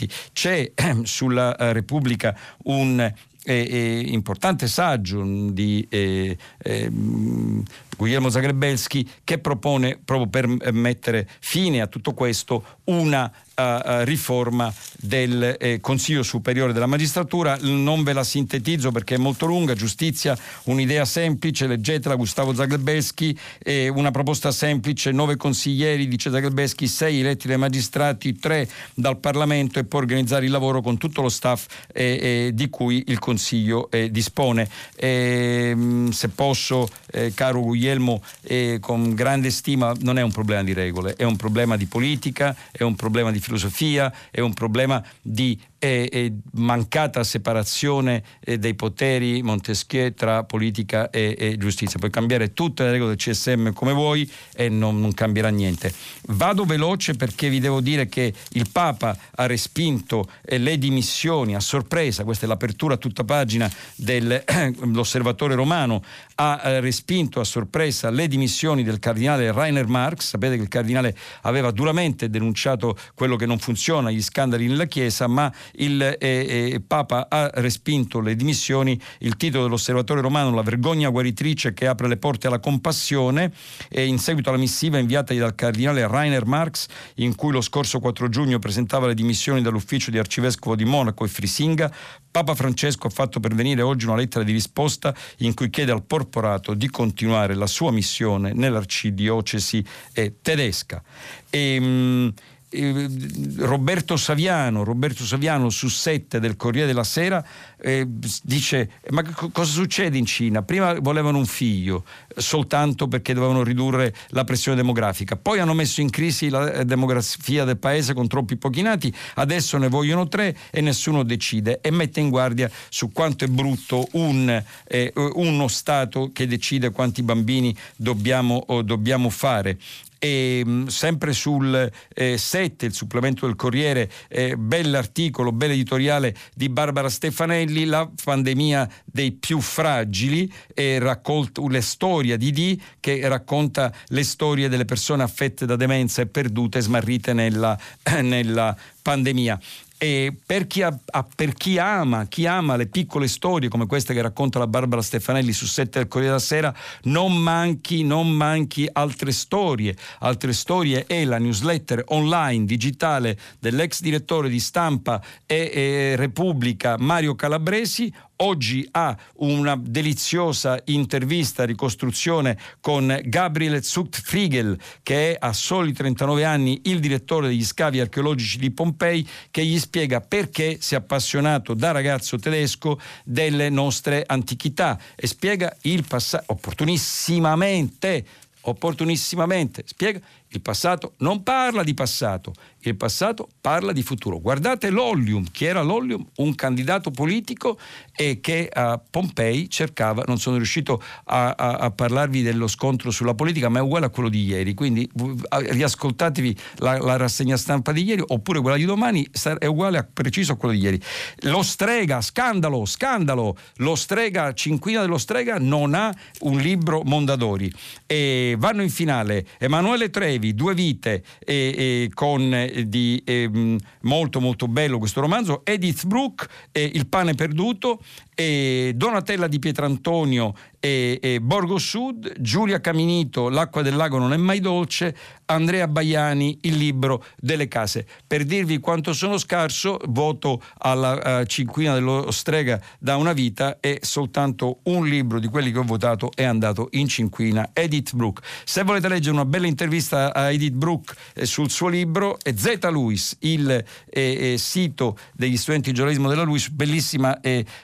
Speaker 2: commenti. C'è sulla Repubblica un importante saggio di Guglielmo Zagrebelsky che propone, proprio per mettere fine a tutto questo, una riforma del Consiglio Superiore della Magistratura. Non ve la sintetizzo perché è molto lunga. Giustizia, un'idea semplice, leggetela, Gustavo Zagrebelsky, una proposta semplice: 9 consiglieri, dice Zagrebelsky, 6 eletti dai magistrati, 3 dal Parlamento, e può organizzare il lavoro con tutto lo staff di cui il Consiglio dispone. Se posso, caro Guglielmo, con grande stima, non è un problema di regole, è un problema di politica, è un problema di filosofia, è un problema di mancata separazione dei poteri Montesquieu tra politica e giustizia. Puoi cambiare tutte le regole del CSM come vuoi e non cambierà niente. Vado veloce perché vi devo dire che il Papa ha respinto le dimissioni a sorpresa. Questa è l'apertura a tutta pagina dell'Osservatore Romano. Ha respinto a sorpresa le dimissioni del cardinale Rainer Marx. Sapete che il cardinale aveva duramente denunciato quello che non funziona, gli scandali nella Chiesa, ma il Papa ha respinto le dimissioni. Il titolo dell'Osservatore Romano: la vergogna guaritrice che apre le porte alla compassione, e in seguito alla missiva inviatagli dal cardinale Rainer Marx, in cui lo scorso 4 giugno presentava le dimissioni dall'ufficio di arcivescovo di Monaco e Frisinga, Papa Francesco ha fatto pervenire oggi una lettera di risposta in cui chiede al porporato di continuare la sua missione nell'arcidiocesi tedesca. Roberto Saviano su 7 del Corriere della Sera dice: ma cosa succede in Cina? Prima volevano un figlio soltanto perché dovevano ridurre la pressione demografica, poi hanno messo in crisi la demografia del paese con troppi pochi nati, adesso ne vogliono 3 e nessuno decide, e mette in guardia su quanto è brutto uno Stato che decide quanti bambini dobbiamo fare. E sempre sul 7, il supplemento del Corriere, bell'articolo, bell'editoriale di Barbara Stefanelli, la pandemia dei più fragili, le storie di Dee, che racconta le storie delle persone affette da demenza e perdute, smarrite nella pandemia. E per chi ama le piccole storie come queste che racconta la Barbara Stefanelli su 7 del Corriere della Sera, non manchi altre storie è la newsletter online digitale dell'ex direttore di Stampa e Repubblica Mario Calabresi. Oggi ha una deliziosa intervista, ricostruzione con Gabriele Zuchtfriedel, che è a soli 39 anni il direttore degli scavi archeologici di Pompei, che gli spiega perché si è appassionato da ragazzo tedesco delle nostre antichità e spiega il passato opportunissimamente spiega: il passato non parla di passato, il passato parla di futuro. Guardate l'Ollium. Chi era l'Ollium? Un candidato politico che a Pompei cercava, non sono riuscito a parlarvi dello scontro sulla politica, ma è uguale a quello di ieri, quindi riascoltatevi la rassegna stampa di ieri, oppure quella di domani, è uguale preciso a quello di ieri. Lo Strega, scandalo, lo Strega, Cinquina dello Strega non ha un libro Mondadori. E vanno in finale Emanuele Trevi, 2 vite, molto molto bello questo romanzo, Edith Bruck, Il pane perduto, Donatella di Pietrantonio e Borgo Sud, Giulia Caminito, L'acqua del lago non è mai dolce, Andrea Baiani, Il libro delle case. Per dirvi quanto sono scarso, voto alla Cinquina dello Strega da una vita, e soltanto un libro di quelli che ho votato è andato in cinquina, Edith Bruck. Se volete leggere una bella intervista a Edith Bruck sul suo libro, è Z Luis, il sito degli studenti di giornalismo della Luis, bellissima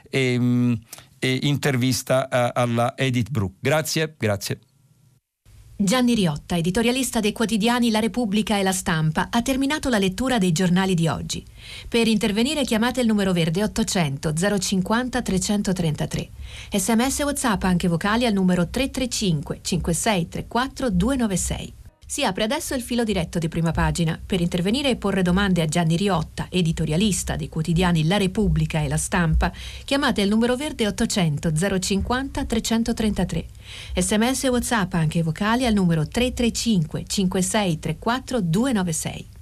Speaker 2: intervista alla Edith Bruck. Grazie.
Speaker 1: Gianni Riotta, editorialista dei quotidiani La Repubblica e La Stampa, ha terminato la lettura dei giornali di oggi. Per intervenire chiamate il numero verde 800 050 333. SMS e WhatsApp anche vocali al numero 335 5634 296. Si apre adesso il filo diretto di Prima Pagina. Per intervenire e porre domande a Gianni Riotta, editorialista dei quotidiani La Repubblica e La Stampa, chiamate il numero verde 800 050 333. SMS e WhatsApp anche vocali al numero 335 5634 296.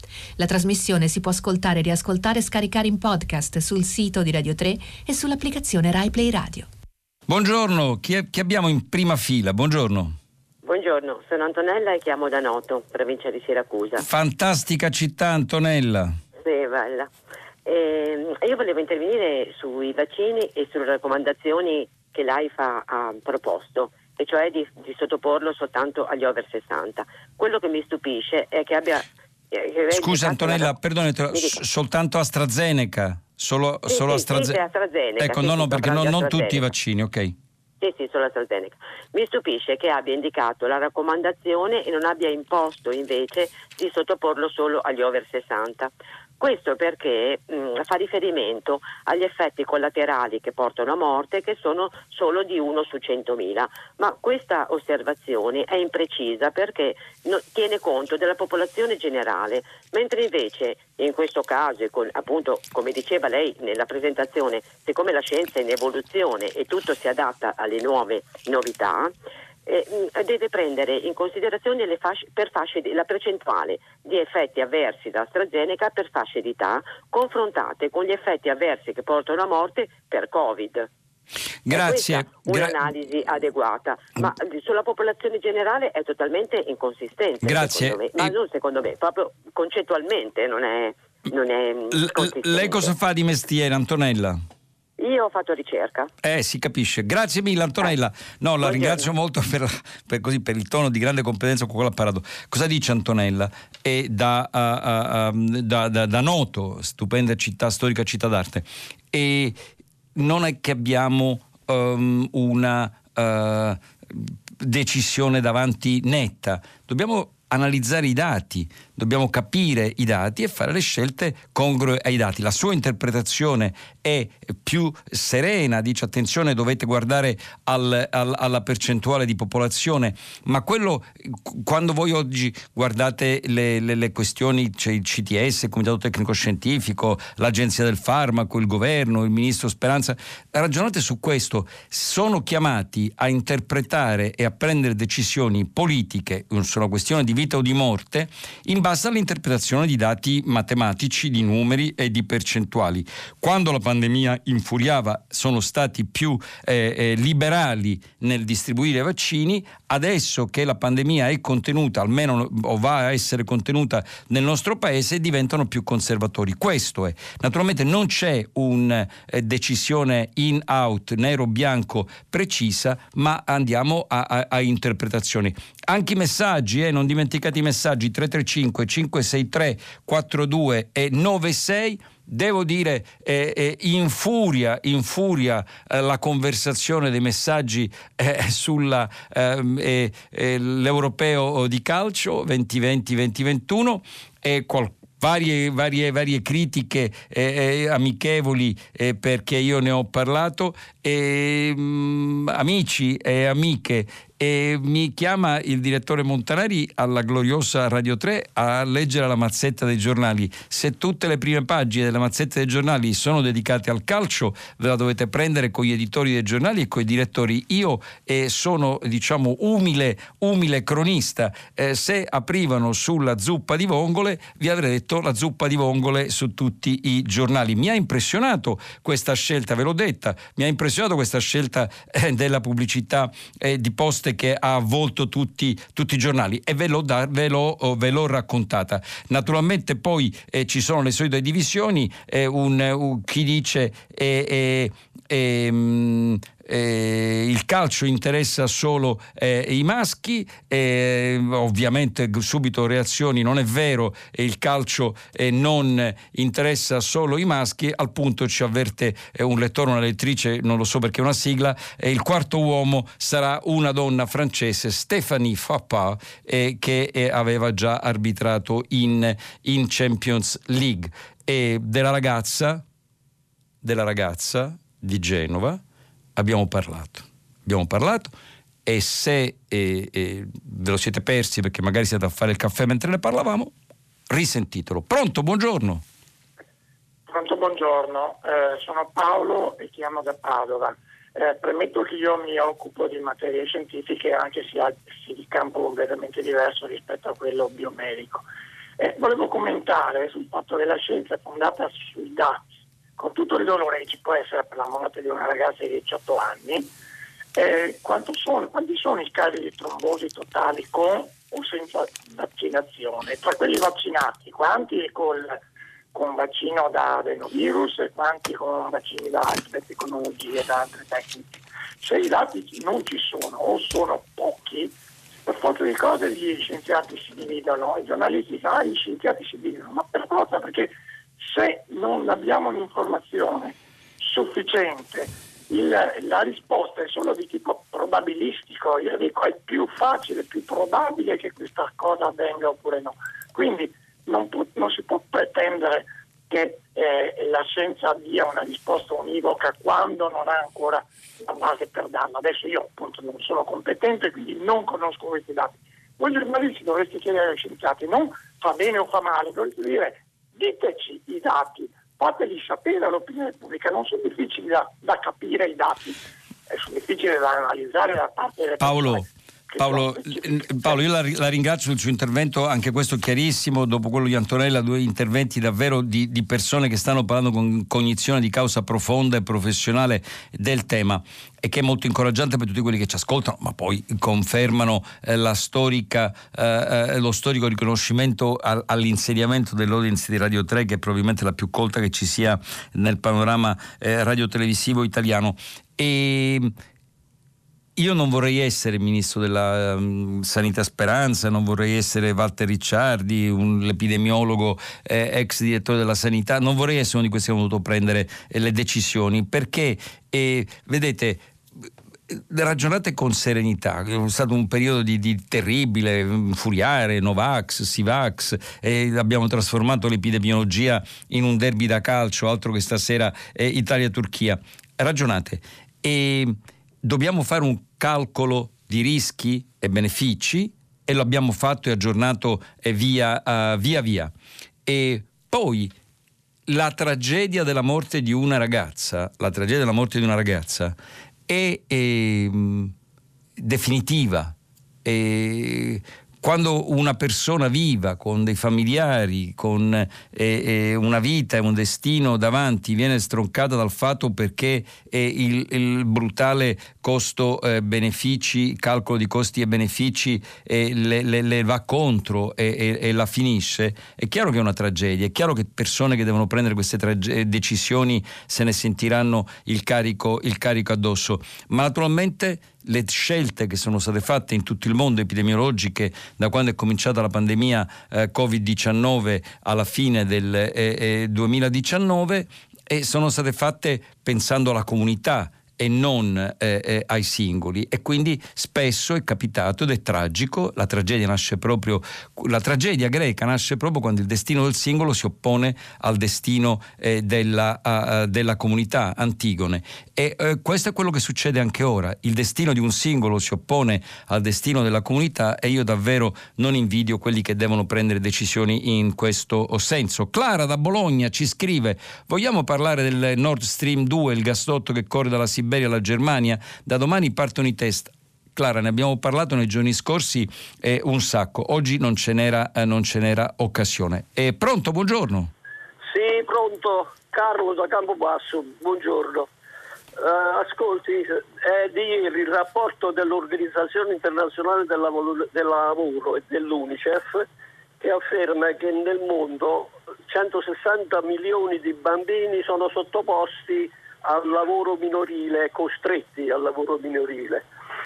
Speaker 1: La trasmissione si può ascoltare, riascoltare e scaricare in podcast sul sito di Radio 3 e sull'applicazione Rai Play Radio.
Speaker 2: Buongiorno, chi abbiamo in prima fila? Buongiorno.
Speaker 3: Buongiorno, sono Antonella e chiamo da Noto, provincia di Siracusa.
Speaker 2: Fantastica città, Antonella.
Speaker 3: Sì, bella. Io volevo intervenire sui vaccini e sulle raccomandazioni che l'AIFA ha proposto, e cioè di sottoporlo soltanto agli over 60. Quello che mi stupisce è che abbia...
Speaker 2: Scusa Antonella, perdone, soltanto AstraZeneca? Solo AstraZeneca?
Speaker 3: Sì, AstraZeneca.
Speaker 2: Ecco, no, perché non tutti i vaccini, ok.
Speaker 3: Sì, solo AstraZeneca. Mi stupisce che abbia indicato la raccomandazione e non abbia imposto invece di sottoporlo solo agli over 60. Questo perché fa riferimento agli effetti collaterali che portano a morte, che sono solo di 1 su 100.000, ma questa osservazione è imprecisa perché tiene conto della popolazione generale, mentre invece in questo caso, appunto come diceva lei nella presentazione, siccome la scienza è in evoluzione e tutto si adatta alle nuove novità, deve prendere in considerazione la percentuale di effetti avversi da AstraZeneca per fasce di età confrontate con gli effetti avversi che portano a morte per Covid.
Speaker 2: Grazie.
Speaker 3: Un'analisi adeguata, ma sulla popolazione generale è totalmente inconsistente.
Speaker 2: Grazie.
Speaker 3: Secondo me. Ma non secondo me, proprio concettualmente non è consistente.
Speaker 2: Lei cosa fa di mestiere, Antonella?
Speaker 3: Io ho fatto ricerca.
Speaker 2: Si capisce. Grazie mille Antonella. No, la ringrazio molto per il tono di grande competenza con cui ha parlato. Cosa dice Antonella? È da Noto, stupenda città, storica città d'arte. E non è che abbiamo una decisione davanti netta. Dobbiamo analizzare i dati, dobbiamo capire i dati e fare le scelte congrue ai dati. La sua interpretazione è più serena, dice attenzione, dovete guardare alla percentuale di popolazione, ma quello, quando voi oggi guardate le questioni, c'è il CTS, il Comitato Tecnico Scientifico, l'Agenzia del Farmaco, il Governo, il Ministro Speranza, ragionate su questo, sono chiamati a interpretare e a prendere decisioni politiche, su una questione di vita o di morte, in base all'interpretazione di dati matematici, di numeri e di percentuali. Quando la pandemia infuriava sono stati più liberali nel distribuire vaccini, adesso che la pandemia è contenuta, almeno o va a essere contenuta nel nostro paese, diventano più conservatori. Questo è. Naturalmente non c'è una decisione in-out, nero-bianco precisa, ma andiamo a interpretazioni. Anche i messaggi, non dimenticate i messaggi 335 563 42 e 96. Devo dire, infuria la conversazione dei messaggi sulla l'europeo di calcio 2020-2021 e varie critiche amichevoli perché io ne ho parlato, amici e amiche. E mi chiama il direttore Montanari alla gloriosa Radio 3 a leggere la mazzetta dei giornali. Se tutte le prime pagine della mazzetta dei giornali sono dedicate al calcio, ve la dovete prendere con gli editori dei giornali e con i direttori. Io sono, umile cronista. Se aprivano sulla zuppa di vongole, vi avrei detto la zuppa di vongole su tutti i giornali. Mi ha impressionato questa scelta, ve l'ho detta, mi ha impressionato questa scelta della pubblicità di post che ha avvolto tutti i giornali e ve l'ho raccontata. Naturalmente poi ci sono le solite divisioni, chi dice il calcio interessa solo i maschi, ovviamente subito reazioni, non è vero, il calcio non interessa solo i maschi. Al punto ci avverte un lettore, una lettrice, non lo so perché è una sigla, il quarto uomo sarà una donna francese, Stéphanie Frappart, che aveva già arbitrato in Champions League. E della ragazza di Genova abbiamo parlato e se ve lo siete persi perché magari siete a fare il caffè mentre ne parlavamo, risentitelo. Pronto, buongiorno.
Speaker 4: Pronto, buongiorno, sono Paolo e chiamo da Padova. Premetto che io mi occupo di materie scientifiche, anche se di campo completamente diverso rispetto a quello biomedico. Volevo commentare sul fatto che la scienza è fondata sui dati, con tutto il dolore che ci può essere per la morte di una ragazza di 18 anni. Quanti sono i casi di trombosi totali con o senza vaccinazione? Tra quelli vaccinati, quanti con vaccino da adenovirus e quanti con vaccini da altre tecnologie, da altre tecniche? Se i dati non ci sono o sono pochi, per forza di cose gli scienziati si dividono, i giornalisti dicono gli scienziati si dividono, ma per forza, perché se non abbiamo un'informazione sufficiente, la risposta è solo di tipo probabilistico. Io dico è più facile, più probabile che questa cosa avvenga oppure no. Quindi non si può pretendere che la scienza dia una risposta univoca quando non ha ancora la base per darla. Adesso io appunto non sono competente, quindi non conosco questi dati. Voi giornalisti dovreste chiedere ai scienziati, non fa bene o fa male, dovreste dire diteci i dati, fateli sapere all'opinione pubblica, non sono difficili da capire i dati, sono difficili da analizzare da parte delle persone.
Speaker 2: Paolo, io la ringrazio del suo intervento, anche questo chiarissimo, dopo quello di Antonella, 2 interventi davvero di persone che stanno parlando con cognizione di causa profonda e professionale del tema, e che è molto incoraggiante per tutti quelli che ci ascoltano, ma poi confermano lo storico riconoscimento all'insediamento dell'audience di Radio 3, che è probabilmente la più colta che ci sia nel panorama radiotelevisivo italiano. E io non vorrei essere ministro della Sanità Speranza, non vorrei essere Walter Ricciardi, l'epidemiologo ex direttore della Sanità, non vorrei essere uno di questi che ha dovuto prendere le decisioni, perché vedete, ragionate con serenità. È stato un periodo di terribile furiare, Novax, Sivax, abbiamo trasformato l'epidemiologia in un derby da calcio, altro che stasera Italia-Turchia. Ragionate e dobbiamo fare un calcolo di rischi e benefici, e lo abbiamo fatto e aggiornato via via. E poi la tragedia della morte di una ragazza è definitiva. Quando una persona viva con dei familiari, con una vita e un destino davanti, viene stroncata dal fatto perché il brutale costo-benefici, calcolo di costi e benefici le va contro e la finisce, è chiaro che è una tragedia, è chiaro che persone che devono prendere queste decisioni se ne sentiranno il carico addosso, ma naturalmente le scelte che sono state fatte in tutto il mondo epidemiologiche da quando è cominciata la pandemia Covid-19 alla fine del 2019 sono state fatte pensando alla comunità e non ai singoli, e quindi spesso è capitato, ed è tragico, la tragedia greca nasce proprio quando il destino del singolo si oppone al destino della comunità. Antigone. E questo è quello che succede anche ora, il destino di un singolo si oppone al destino della comunità, e io davvero non invidio quelli che devono prendere decisioni in questo senso. Clara da Bologna ci scrive: vogliamo parlare del Nord Stream 2, il gasdotto che corre dalla Siberia alla Germania? Da domani partono i test. Clara, ne abbiamo parlato nei giorni scorsi un sacco, oggi non ce n'era occasione. Pronto, buongiorno.
Speaker 5: Sì, pronto, Carlo da Campobasso, buongiorno. Ascolti, è di ieri il rapporto dell'Organizzazione Internazionale del Lavoro e dell'UNICEF che afferma che nel mondo 160 milioni di bambini sono sottoposti al lavoro minorile, costretti al lavoro minorile.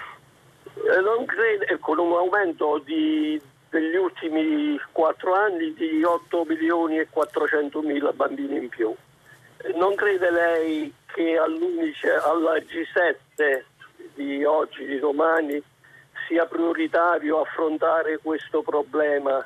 Speaker 5: Non crede, con un aumento degli ultimi 4 anni di 8 milioni e 400 mila bambini in più. Non crede lei che alla G7 di oggi, di domani, sia prioritario affrontare questo problema?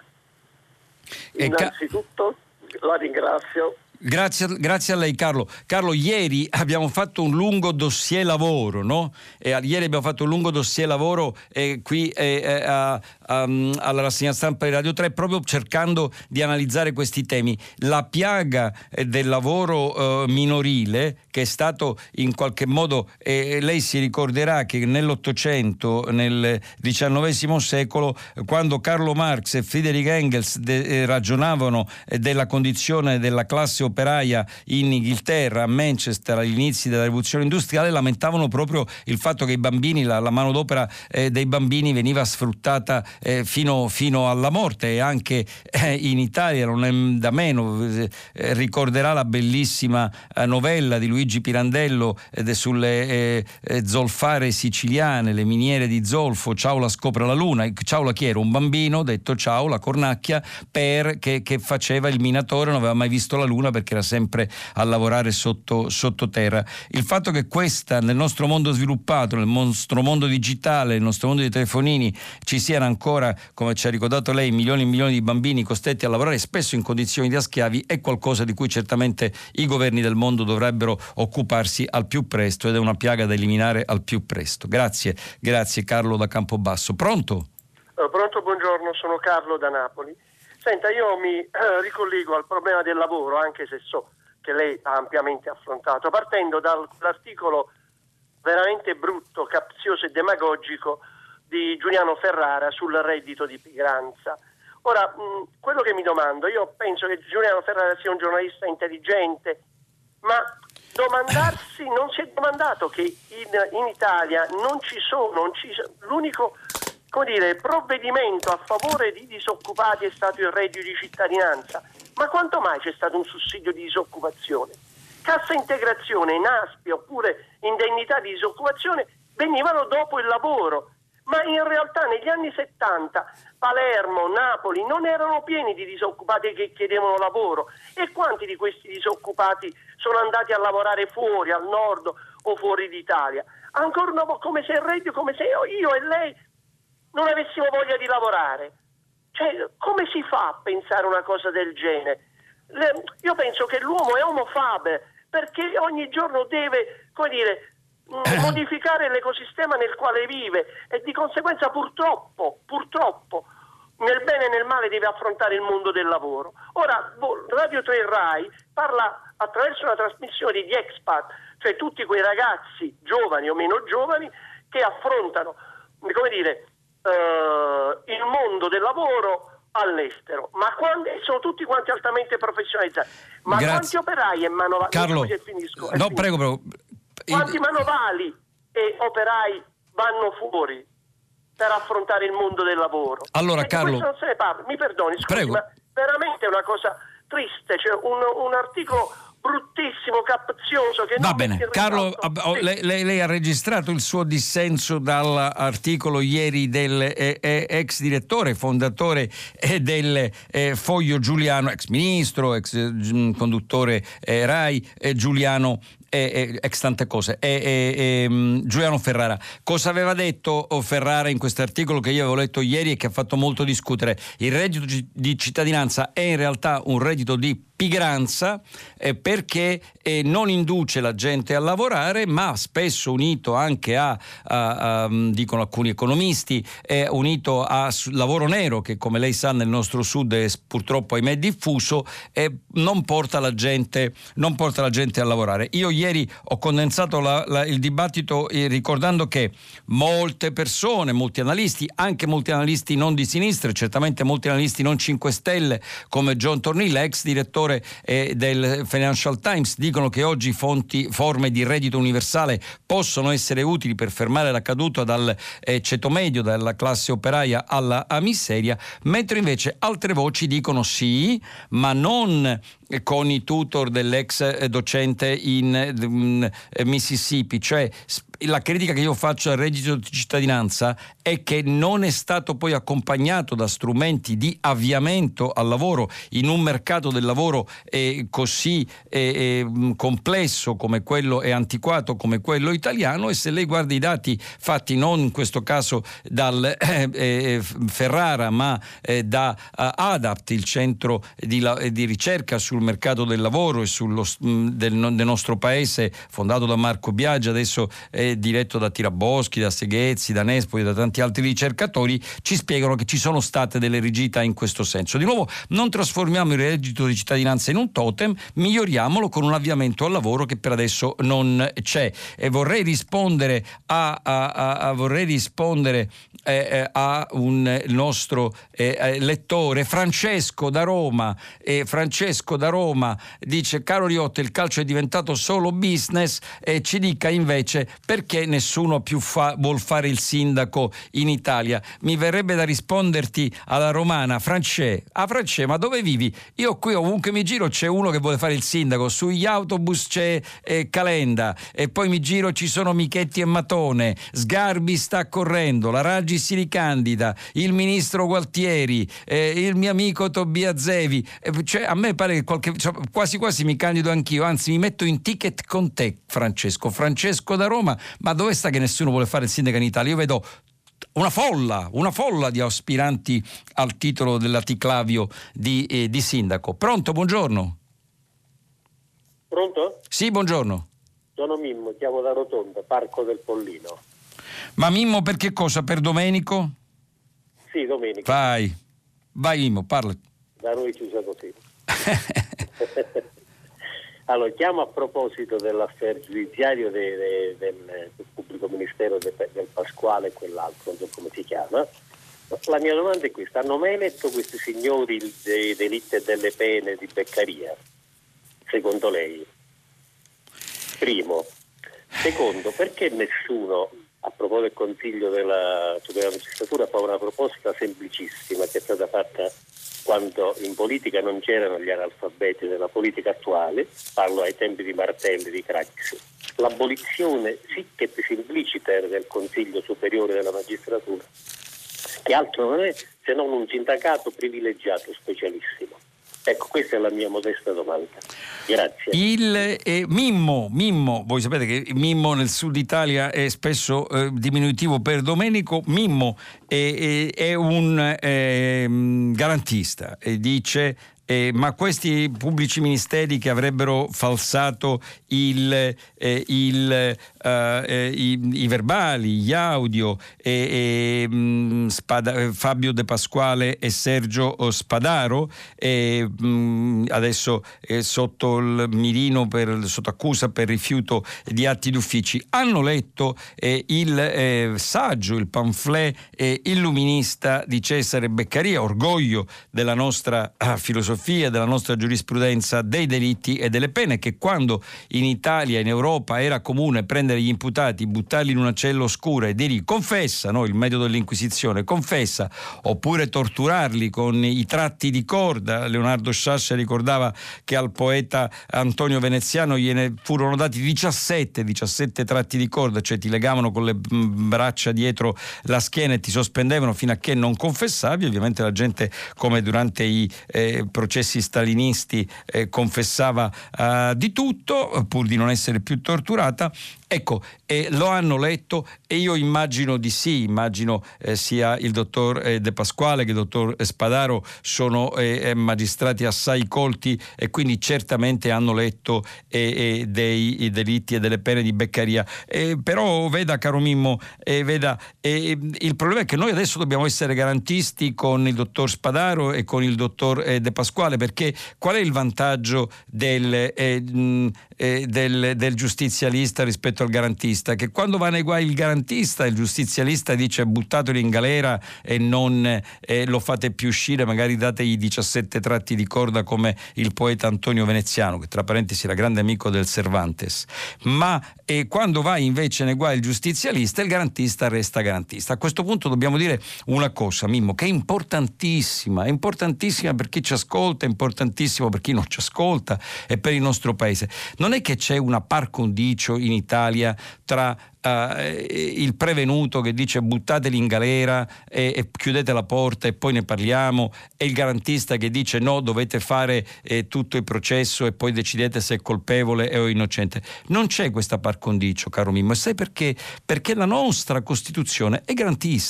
Speaker 5: Innanzitutto la ringrazio.
Speaker 2: Grazie a lei, Carlo. Carlo, ieri abbiamo fatto un lungo dossier lavoro, no? Ieri abbiamo fatto un lungo dossier lavoro qui a alla rassegna stampa di Radio 3 proprio cercando di analizzare questi temi. La piaga del lavoro minorile, che è stato in qualche modo, lei si ricorderà che nell'Ottocento, nel XIX secolo, quando Karl Marx e Friedrich Engels ragionavano della condizione della classe operaia in Inghilterra, a Manchester, agli inizi della rivoluzione industriale, lamentavano proprio il fatto che i bambini, la manodopera dei bambini veniva sfruttata fino alla morte, e anche in Italia non è da meno. Ricorderà la bellissima novella di Luigi Pirandello sulle zolfare siciliane, le miniere di zolfo. Ciaula scopre la luna. Ciaula chi era? Un bambino, detto ciao, la cornacchia, che faceva il minatore, non aveva mai visto la luna perché era sempre a lavorare sottoterra. Il fatto che questa, nel nostro mondo sviluppato, nel nostro mondo digitale, nel nostro mondo dei telefonini, ci siano ancora, come ci ha ricordato lei, milioni e milioni di bambini costretti a lavorare spesso in condizioni da schiavi, è qualcosa di cui certamente i governi del mondo dovrebbero occuparsi al più presto, ed è una piaga da eliminare al più presto. Grazie Carlo da Campobasso. Pronto?
Speaker 6: Pronto, buongiorno, sono Carlo da Napoli. Senta, io mi ricollego al problema del lavoro, anche se so che lei ha ampiamente affrontato, partendo dall'articolo veramente brutto, capzioso e demagogico di Giuliano Ferrara sul reddito di pigranza. Ora, quello che mi domando, io penso che Giuliano Ferrara sia un giornalista intelligente, ma non si è domandato che in Italia l'unico provvedimento a favore di disoccupati è stato il reddito di cittadinanza. Ma quanto mai c'è stato un sussidio di disoccupazione? Cassa integrazione, NASPI oppure indennità di disoccupazione venivano dopo il lavoro, ma in realtà negli anni 70 Palermo, Napoli non erano pieni di disoccupati che chiedevano lavoro. E quanti di questi disoccupati sono andati a lavorare fuori, al nord o fuori d'Italia? Ancora una volta, come se il reddito, come se io e lei non avessimo voglia di lavorare. Cioè, come si fa a pensare una cosa del genere? Io penso che l'uomo è homo faber, perché ogni giorno deve, modificare l'ecosistema nel quale vive, e di conseguenza purtroppo, nel bene e nel male deve affrontare il mondo del lavoro. Ora, Radio 3 Rai parla attraverso una trasmissione di expat, cioè tutti quei ragazzi, giovani o meno giovani, che affrontano, il mondo del lavoro all'estero, ma sono tutti quanti altamente professionalizzati. Ma quanti operai e manovali?
Speaker 2: Carlo, prego.
Speaker 6: Quanti manovali e operai vanno fuori per affrontare il mondo del lavoro?
Speaker 2: Allora, Carlo,
Speaker 6: non se ne parla. Mi perdoni, scusi,
Speaker 2: prego.
Speaker 6: Ma veramente è una cosa triste, cioè un articolo bruttissimo, capzioso, che
Speaker 2: va
Speaker 6: non
Speaker 2: bene. Carlo, lei ha registrato il suo dissenso dall'articolo ieri del ex direttore, fondatore del Foglio Giuliano, ex ministro, ex conduttore Rai, Giuliano, ex tante cose, Giuliano Ferrara. Cosa aveva detto Ferrara in questo articolo che io avevo letto ieri e che ha fatto molto discutere? Il reddito di cittadinanza è in realtà un reddito di pigranza, perché non induce la gente a lavorare, ma spesso unito anche dicono alcuni economisti, è unito a lavoro nero, che come lei sa nel nostro sud è purtroppo ahimè diffuso, e non porta la gente a lavorare. Io ieri ho condensato il dibattito ricordando che molte persone, molti analisti, anche molti analisti non di sinistra, certamente molti analisti non 5 Stelle come John Tornilla, ex direttore del Financial Times, dicono che oggi forme di reddito universale possono essere utili per fermare la caduta dal ceto medio, dalla classe operaia alla miseria, mentre invece altre voci dicono sì, ma non con i tutor dell'ex docente in Mississippi. Cioè, la critica che io faccio al reddito di cittadinanza è che non è stato poi accompagnato da strumenti di avviamento al lavoro in un mercato del lavoro così complesso come quello e antiquato come quello italiano. E se lei guarda i dati fatti non in questo caso dal Ferrara, ma da ADAPT, il centro di ricerca sul mercato del lavoro e del nostro paese, fondato da Marco Biagi, adesso diretto da Tiraboschi, da Seghezzi, da Nespoli, da tanti altri ricercatori, ci spiegano che ci sono state delle rigidità in questo senso. Di nuovo, non trasformiamo il reddito di cittadinanza in un totem, miglioriamolo con un avviamento al lavoro che per adesso non c'è. E vorrei rispondere a un nostro lettore, Francesco da Roma. Francesco da Roma dice: caro Riotta, il calcio è diventato solo business, e ci dica invece perché nessuno più vuol fare il sindaco in Italia. Mi verrebbe da risponderti alla romana: Francè, ma dove vivi? Io qui ovunque mi giro c'è uno che vuole fare il sindaco, sugli autobus c'è Calenda, e poi mi giro ci sono Michetti e Matone, Sgarbi sta correndo, la Raggi si ricandida, il ministro Gualtieri, il mio amico Tobia Zevi, cioè a me pare che quasi quasi mi candido anch'io, anzi mi metto in ticket con te, Francesco da Roma. Ma dove sta che nessuno vuole fare il sindaco in Italia? Io vedo una folla di aspiranti al titolo del laticlavio di sindaco. Pronto, buongiorno.
Speaker 5: Pronto?
Speaker 2: Sì, buongiorno.
Speaker 5: Sono Mimmo, chiamo da Rotonda, Parco del Pollino.
Speaker 2: Ma Mimmo, per che cosa? Per Domenico?
Speaker 5: Sì, Domenico.
Speaker 2: Vai Mimmo, parla.
Speaker 5: Da noi si usa così. Allora, chiamo a proposito dell'affare giudiziario del pubblico ministero del Pasquale e quell'altro, non so come si chiama. La mia domanda è questa: hanno mai eletto questi signori dei delitti e delle pene di Beccaria? Secondo lei? Primo. Secondo, perché nessuno, a proposito del Consiglio della Suprema Magistratura, fa una proposta semplicissima che è stata fatta quando in politica non c'erano gli analfabeti della politica attuale, parlo ai tempi di Martelli, di Craxi, l'abolizione sic et simpliciter del Consiglio Superiore della Magistratura, che altro non è se non un sindacato privilegiato specialissimo. Ecco, questa è la mia modesta domanda. Grazie.
Speaker 2: Mimmo, voi sapete che Mimmo nel sud Italia è spesso diminutivo per Domenico. Mimmo è un garantista e dice: ma questi pubblici ministeri che avrebbero falsato i verbali, gli audio, Fabio De Pasquale e Sergio Spadaro, adesso sotto il mirino, sotto accusa per rifiuto di atti d'ufficio, hanno letto il saggio, il pamphlet illuminista di Cesare Beccaria, orgoglio della nostra filosofia, della nostra giurisprudenza dei delitti e delle pene, che quando in Italia, in Europa, era comune prendere gli imputati, buttarli in una cella oscura e dirgli confessa, no? Il metodo dell'Inquisizione, confessa, oppure torturarli con i tratti di corda. Leonardo Sciascia ricordava che al poeta Antonio Veneziano gliene furono dati 17 tratti di corda, cioè ti legavano con le braccia dietro la schiena e ti sospendevano fino a che non confessavi. Ovviamente la gente, come durante i processi stalinisti, confessava di tutto pur di non essere più torturata. Ecco, lo hanno letto e io immagino di sì, immagino sia il dottor De Pasquale che il dottor Spadaro sono magistrati assai colti e quindi certamente hanno letto dei delitti e delle pene di Beccaria. Però veda, caro Mimmo, il problema è che noi adesso dobbiamo essere garantisti con il dottor Spadaro e con il dottor De Pasquale, perché qual è il vantaggio del giustizialista rispetto al garantista? Che quando va nei guai il garantista, il giustizialista dice buttatelo in galera e non lo fate più uscire, magari dategli 17 tratti di corda come il poeta Antonio Veneziano, che tra parentesi era grande amico del Cervantes. Ma quando va invece nei guai il giustizialista, il garantista resta garantista. A questo punto dobbiamo dire una cosa, Mimmo, che è importantissima per chi ci ascolta, è importantissimo per chi non ci ascolta e per il nostro paese. Non è che c'è una par condicio in Italia tra il prevenuto che dice buttateli in galera e chiudete la porta e poi ne parliamo, e il garantista che dice no, dovete fare tutto il processo e poi decidete se è colpevole o innocente. Non c'è questa par condicio, caro Mimmo, e sai perché? Perché la nostra Costituzione è garantista.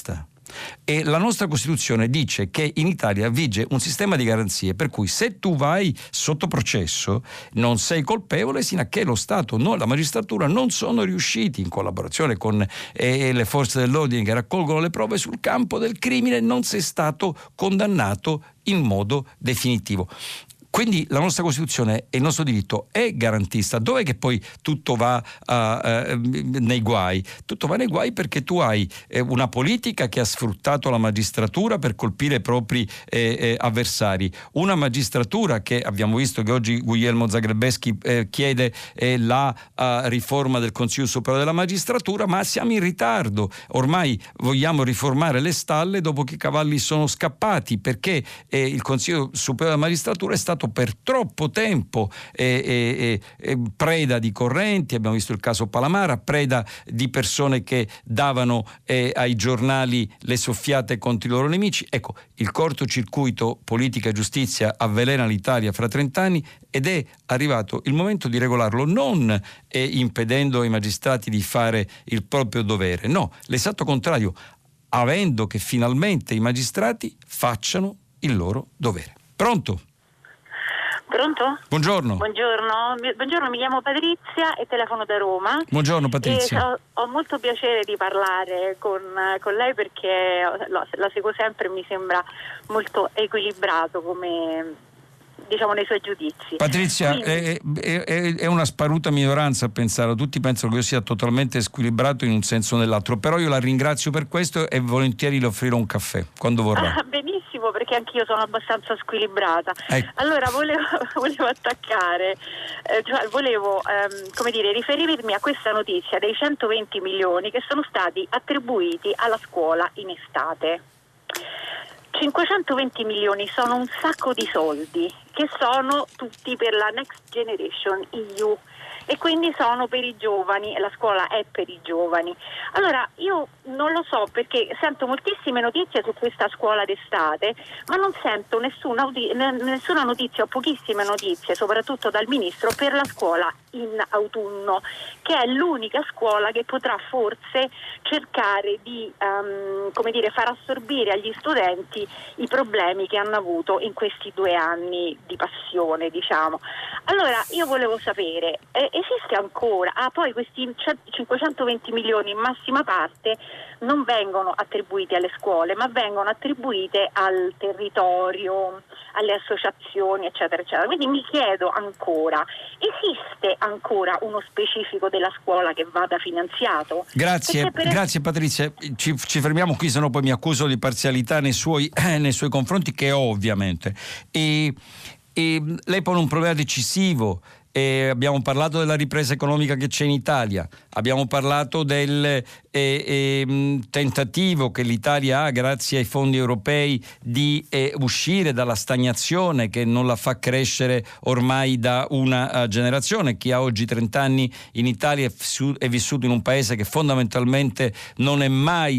Speaker 2: E la nostra Costituzione dice che in Italia vige un sistema di garanzie per cui se tu vai sotto processo non sei colpevole sino a che lo Stato, la magistratura non sono riusciti, in collaborazione con le forze dell'ordine che raccolgono le prove sul campo del crimine, non sei stato condannato in modo definitivo. Quindi la nostra Costituzione e il nostro diritto è garantista. Dov'è che poi tutto va nei guai? Tutto va nei guai perché tu hai una politica che ha sfruttato la magistratura per colpire i propri avversari, una magistratura che abbiamo visto che oggi Guglielmo Zagrebeschi chiede la riforma del Consiglio Superiore della Magistratura, ma siamo in ritardo. Ormai vogliamo riformare le stalle dopo che i cavalli sono scappati, perché il Consiglio Superiore della Magistratura è stato per troppo tempo preda di correnti, abbiamo visto il caso Palamara, preda di persone che davano ai giornali le soffiate contro i loro nemici. Ecco, il cortocircuito politica e giustizia avvelena l'Italia fra 30 anni ed è arrivato il momento di regolarlo, non impedendo ai magistrati di fare il proprio dovere, no, l'esatto contrario, avendo che finalmente i magistrati facciano il loro dovere. Pronto?
Speaker 7: Pronto?
Speaker 2: Buongiorno.
Speaker 7: Buongiorno, mi chiamo Patrizia e telefono da Roma.
Speaker 2: Buongiorno Patrizia.
Speaker 7: E ho molto piacere di parlare con lei perché la seguo sempre e mi sembra molto equilibrato come, diciamo, nei suoi giudizi.
Speaker 2: Patrizia, è una sparuta minoranza a pensare, tutti pensano che io sia totalmente squilibrato in un senso o nell'altro, però io la ringrazio per questo e volentieri le offrirò un caffè quando vorrà.
Speaker 7: Benissimo, perché anch'io sono abbastanza squilibrata.
Speaker 2: Ecco.
Speaker 7: Allora volevo attaccare, riferirmi a questa notizia dei 120 milioni che sono stati attribuiti alla scuola in estate. 520 milioni sono un sacco di soldi che sono tutti per la Next Generation EU e quindi sono per i giovani, la scuola è per i giovani. Allora io non lo so, perché sento moltissime notizie su questa scuola d'estate, ma non sento nessuna notizia o pochissime notizie, soprattutto dal ministro, per la scuola in autunno, che è l'unica scuola che potrà forse cercare di far assorbire agli studenti i problemi che hanno avuto in questi 2 anni di passione, diciamo. Allora io volevo sapere, esiste ancora? Poi questi 520 milioni in massima parte non vengono attribuiti alle scuole, ma vengono attribuite al territorio, alle associazioni, eccetera, eccetera. Quindi mi chiedo ancora, esiste ancora uno specifico della scuola che vada finanziato?
Speaker 2: Grazie Patrizia, ci fermiamo qui, sennò poi mi accuso di parzialità nei suoi confronti, che ovviamente. E lei pone un problema decisivo. Abbiamo parlato della ripresa economica che c'è in Italia, abbiamo parlato del tentativo che l'Italia ha grazie ai fondi europei di uscire dalla stagnazione che non la fa crescere ormai da una generazione. Chi ha oggi 30 anni in Italia è vissuto in un paese che fondamentalmente non è mai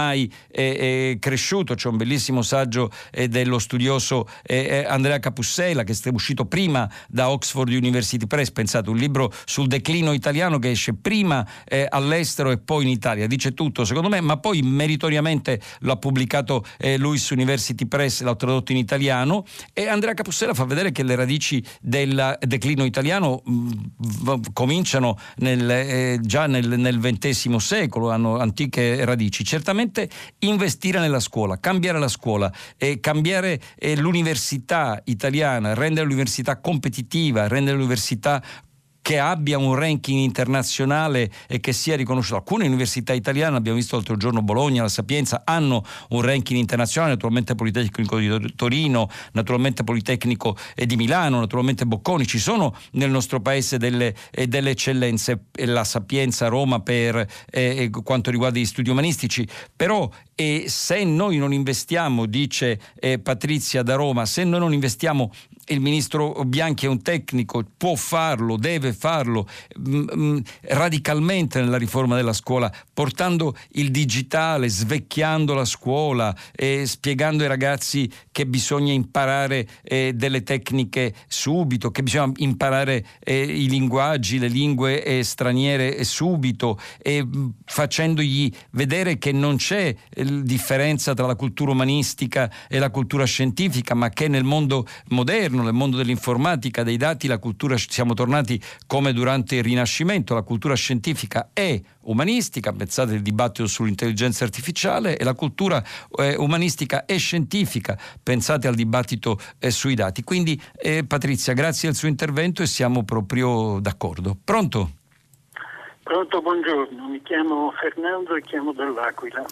Speaker 2: cresciuto. C'è un bellissimo saggio dello studioso Andrea Capussela, che è uscito prima da Oxford University Press, pensate, un libro sul declino italiano che esce prima all'estero e poi in Italia. Dice tutto secondo me, ma poi meritoriamente lo ha pubblicato Luis University Press, l'ha tradotto in italiano, e Andrea Capussela fa vedere che le radici del declino italiano cominciano già nel XX secolo, hanno antiche radici. Certamente investire nella scuola, cambiare la scuola, cambiare l'università italiana, rendere l'università competitiva, rendere l'università che abbia un ranking internazionale e che sia riconosciuto. Alcune università italiane, abbiamo visto l'altro giorno Bologna, la Sapienza, hanno un ranking internazionale, naturalmente Politecnico di Torino, naturalmente Politecnico di Milano, naturalmente Bocconi. Ci sono nel nostro paese delle eccellenze, la Sapienza a Roma per quanto riguarda gli studi umanistici, però se noi non investiamo, dice Patrizia da Roma, se noi non investiamo, il ministro Bianchi è un tecnico, può farlo, deve farlo radicalmente nella riforma della scuola, portando il digitale, svecchiando la scuola, spiegando ai ragazzi che bisogna imparare delle tecniche subito, che bisogna imparare i linguaggi, le lingue straniere subito, facendogli vedere che non c'è differenza tra la cultura umanistica e la cultura scientifica, ma che nel mondo moderno, nel mondo dell'informatica, dei dati, la cultura, siamo tornati come durante il Rinascimento, la cultura scientifica è umanistica, pensate al dibattito sull'intelligenza artificiale, e la cultura umanistica è scientifica, pensate al dibattito sui dati. Quindi Patrizia, grazie al suo intervento e siamo proprio d'accordo. Pronto?
Speaker 8: Pronto, buongiorno, mi chiamo Fernando e chiamo dall'Aquila.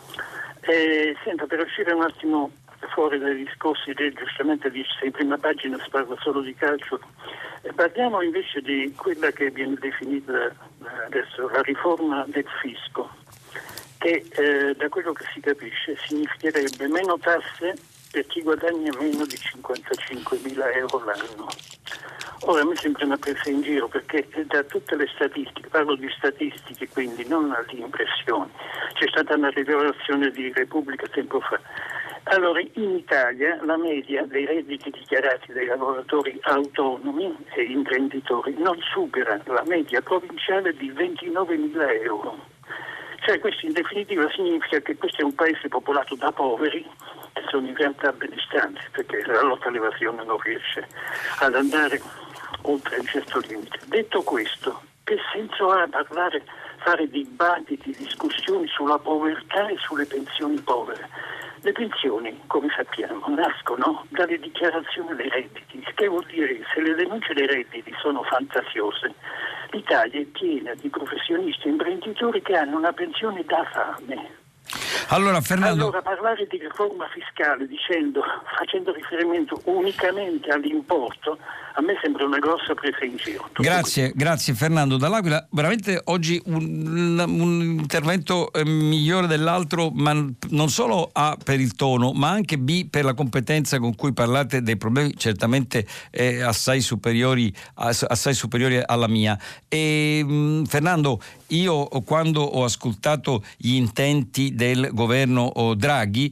Speaker 8: Senta, per uscire un attimo fuori dai discorsi che giustamente dice in prima pagina si parla solo di calcio, parliamo invece di quella che viene definita adesso la riforma del fisco, che da quello che si capisce significherebbe meno tasse per chi guadagna meno di 55.000 euro l'anno. Ora mi sembra una presa in giro, perché da tutte le statistiche, parlo di statistiche quindi non di impressioni, c'è stata una rilevazione di Repubblica tempo fa. Allora, in Italia la media dei redditi dichiarati dai lavoratori autonomi e imprenditori non supera la media provinciale di 29.000 euro. Cioè, questo in definitiva significa che questo è un paese popolato da poveri, che sono in realtà benestanti, perché la lotta all'evasione non riesce ad andare oltre un certo limite. Detto questo, che senso ha fare dibattiti, discussioni sulla povertà e sulle pensioni povere? Le pensioni, come sappiamo, nascono dalle dichiarazioni dei redditi, che vuol dire che se le denunce dei redditi sono fantasiose, l'Italia è piena di professionisti e imprenditori che hanno una pensione da fame.
Speaker 2: Allora, Fernando,
Speaker 8: allora parlare di riforma fiscale facendo riferimento unicamente all'importo, a me sembra una grossa presa in giro.
Speaker 2: Grazie Fernando dall'Aquila. Veramente oggi un intervento migliore dell'altro, ma non solo A per il tono, ma anche B per la competenza con cui parlate dei problemi certamente assai superiori alla mia. E Fernando, io quando ho ascoltato gli intenti del governo Draghi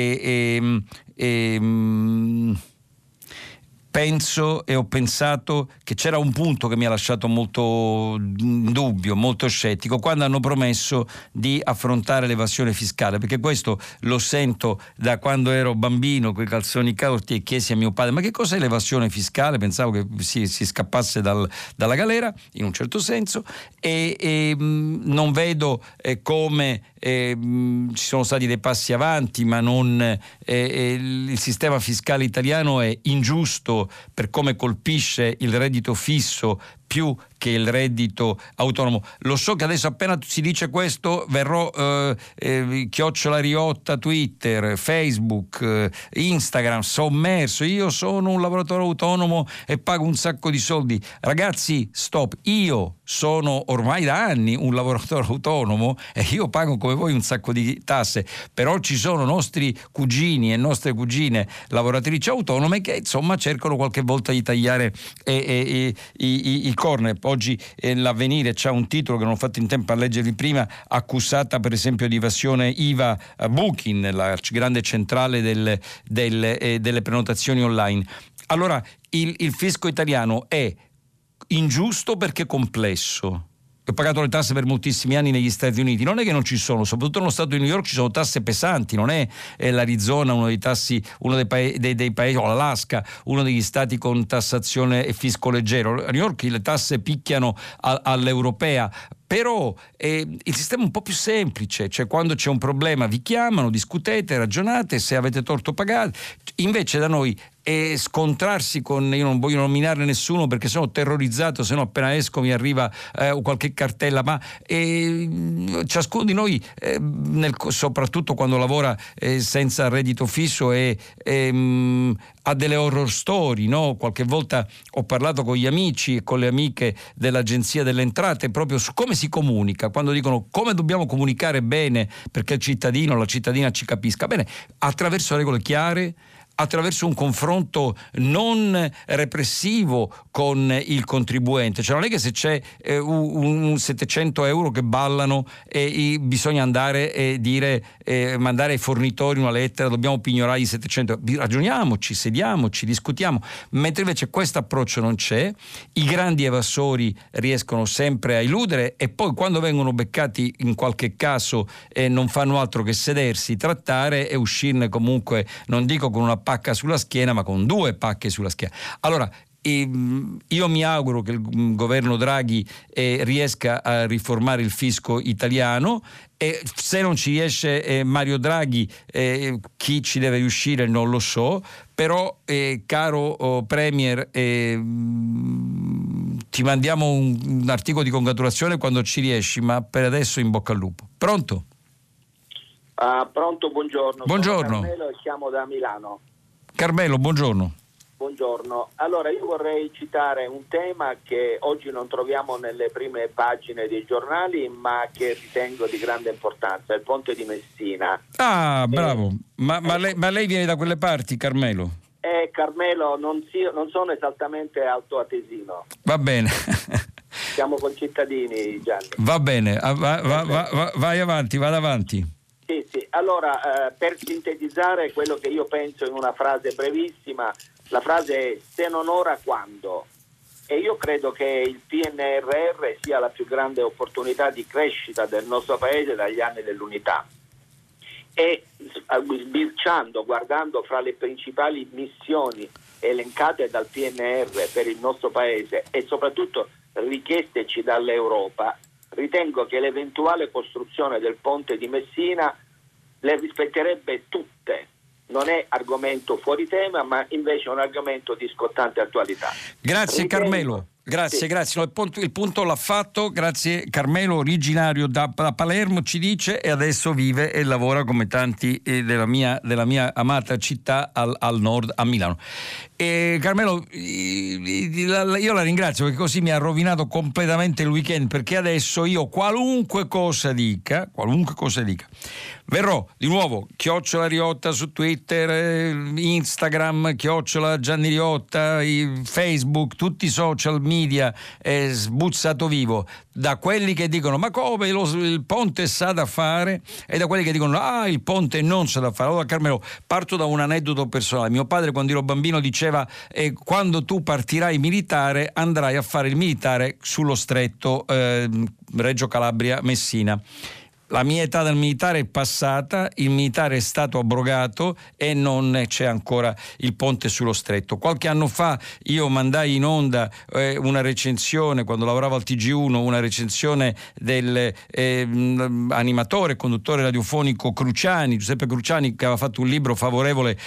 Speaker 2: ho pensato che c'era un punto che mi ha lasciato molto in dubbio, molto scettico, quando hanno promesso di affrontare l'evasione fiscale, perché questo lo sento da quando ero bambino coi calzoni corti e chiesi a mio padre: ma che cos'è l'evasione fiscale? Pensavo che si scappasse dalla galera, in un certo senso, e non vedo come ci sono stati dei passi avanti, ma non il sistema fiscale italiano è ingiusto per come colpisce il reddito fisso più che il reddito autonomo. Lo so che adesso appena si dice questo verrò chiocciola Riotta, Twitter, Facebook, Instagram sommerso. Io sono un lavoratore autonomo e pago un sacco di soldi. Ragazzi, stop. Io sono ormai da anni un lavoratore autonomo e io pago come voi un sacco di tasse, però ci sono nostri cugini e nostre cugine lavoratrici autonome che insomma cercano qualche volta di tagliare i corner. Oggi l'Avvenire c'ha un titolo che non ho fatto in tempo a leggervi prima: accusata per esempio di evasione IVA Booking, la grande centrale delle prenotazioni online. Allora il fisco italiano è ingiusto perché è complesso. Ho pagato le tasse per moltissimi anni negli Stati Uniti, non è che non ci sono, soprattutto nello Stato di New York ci sono tasse pesanti, non è l'Arizona uno dei paesi, o l'Alaska uno degli stati con tassazione e fisco leggero. A New York le tasse picchiano all'europea. Però il sistema è un po' più semplice, cioè quando c'è un problema vi chiamano, discutete, ragionate, se avete torto pagate. Invece da noi scontrarsi con, io non voglio nominare nessuno perché sono terrorizzato, se no appena esco mi arriva qualche cartella, ma ciascuno di noi soprattutto quando lavora senza reddito fisso ha delle horror story, no? Qualche volta ho parlato con gli amici e con le amiche dell'Agenzia delle Entrate proprio su come si comunica, quando dicono come dobbiamo comunicare bene perché il cittadino o la cittadina ci capisca bene, attraverso regole chiare, attraverso un confronto non repressivo con il contribuente. Cioè non è che se c'è un 700 euro che ballano bisogna andare e dire mandare ai fornitori una lettera, dobbiamo pignorare i 700 euro. Ragioniamoci, sediamoci, discutiamo, mentre invece questo approccio non c'è. I grandi evasori riescono sempre a eludere e poi quando vengono beccati in qualche caso non fanno altro che sedersi, trattare e uscirne comunque, non dico con una pacca sulla schiena, ma con 2 pacche sulla schiena. Allora, io mi auguro che il governo Draghi riesca a riformare il fisco italiano, e se non ci riesce Mario Draghi, chi ci deve riuscire non lo so, però caro Premier, ti mandiamo un articolo di congratulazione quando ci riesci, ma per adesso in bocca al lupo. Pronto?
Speaker 9: Pronto, buongiorno.
Speaker 2: Buongiorno.
Speaker 9: Sono Carmelo e chiamo da Milano.
Speaker 2: Carmelo, buongiorno.
Speaker 9: Buongiorno. Allora, io vorrei citare un tema che oggi non troviamo nelle prime pagine dei giornali, ma che ritengo di grande importanza, il ponte di Messina.
Speaker 2: Ah, bravo. Ma lei viene da quelle parti, Carmelo?
Speaker 9: Carmelo, non sono esattamente altoatesino.
Speaker 2: Va bene.
Speaker 9: Siamo concittadini, Gianni.
Speaker 2: Va bene, vai avanti, vada avanti.
Speaker 9: Sì. Allora, per sintetizzare quello che io penso in una frase brevissima, la frase è: se non ora, quando? E io credo che il PNRR sia la più grande opportunità di crescita del nostro paese dagli anni dell'unità. E sbirciando, guardando fra le principali missioni elencate dal PNR per il nostro paese e soprattutto richiesteci dall'Europa, ritengo che l'eventuale costruzione del ponte di Messina le rispetterebbe tutte. Non è argomento fuori tema, ma invece è un argomento di scottante attualità.
Speaker 2: Grazie Carmelo. Grazie. No, il punto l'ha fatto. Grazie Carmelo, originario da Palermo, ci dice, e adesso vive e lavora come tanti della mia amata città al nord, a Milano. Carmelo, io la ringrazio perché così mi ha rovinato completamente il weekend, perché adesso io qualunque cosa dica, verrò di nuovo @Riotta su Twitter, Instagram, @Gianni Riotta, Facebook, tutti i social media, sbuzzato vivo da quelli che dicono ma come il ponte s'ha da fare, e da quelli che dicono il ponte non s'ha da fare. Allora Carmelo, parto da un aneddoto personale. Mio padre, quando ero bambino, diceva quando tu partirai militare andrai a fare il militare sullo stretto Reggio Calabria Messina. La mia età del militare è passata, il militare è stato abrogato e non c'è ancora il ponte sullo stretto. Qualche anno fa io mandai in onda una recensione, quando lavoravo al TG1, una recensione del animatore e conduttore radiofonico Giuseppe Cruciani, che aveva fatto un libro favorevole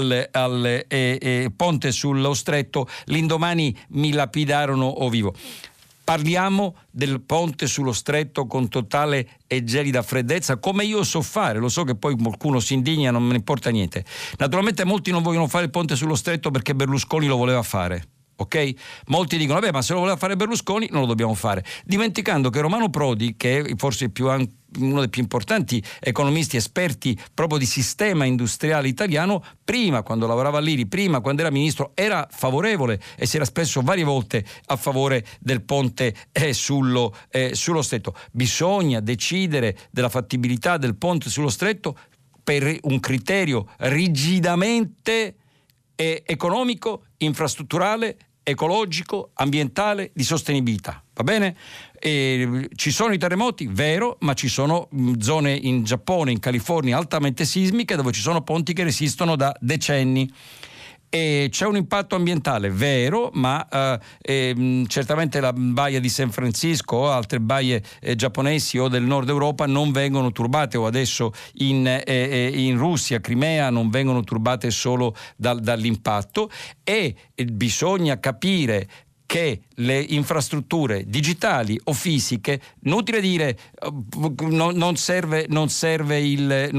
Speaker 2: al ponte sullo stretto. L'indomani mi lapidarono o vivo. Parliamo del ponte sullo stretto con totale e gelida freddezza, come io so fare. Lo so che poi qualcuno si indigna, non me ne importa niente. Naturalmente molti non vogliono fare il ponte sullo stretto perché Berlusconi lo voleva fare. Ok? Molti dicono ma se lo voleva fare Berlusconi non lo dobbiamo fare, dimenticando che Romano Prodi, che è forse uno dei più importanti economisti esperti proprio di sistema industriale italiano, prima, quando lavorava all'IRI, prima, quando era ministro, era favorevole e si era espresso varie volte a favore del ponte sullo stretto. Bisogna decidere della fattibilità del ponte sullo stretto per un criterio rigidamente economico, infrastrutturale, ecologico, ambientale, di sostenibilità. Va bene? Ci sono i terremoti, vero, ma ci sono zone in Giappone, in California altamente sismiche, dove ci sono ponti che resistono da decenni. E c'è un impatto ambientale, vero, ma certamente la baia di San Francisco o altre baie giapponesi o del nord Europa non vengono turbate, o adesso in Russia, Crimea, non vengono turbate solo dall'impatto, e bisogna capire che le infrastrutture digitali o fisiche, inutile dire non serve il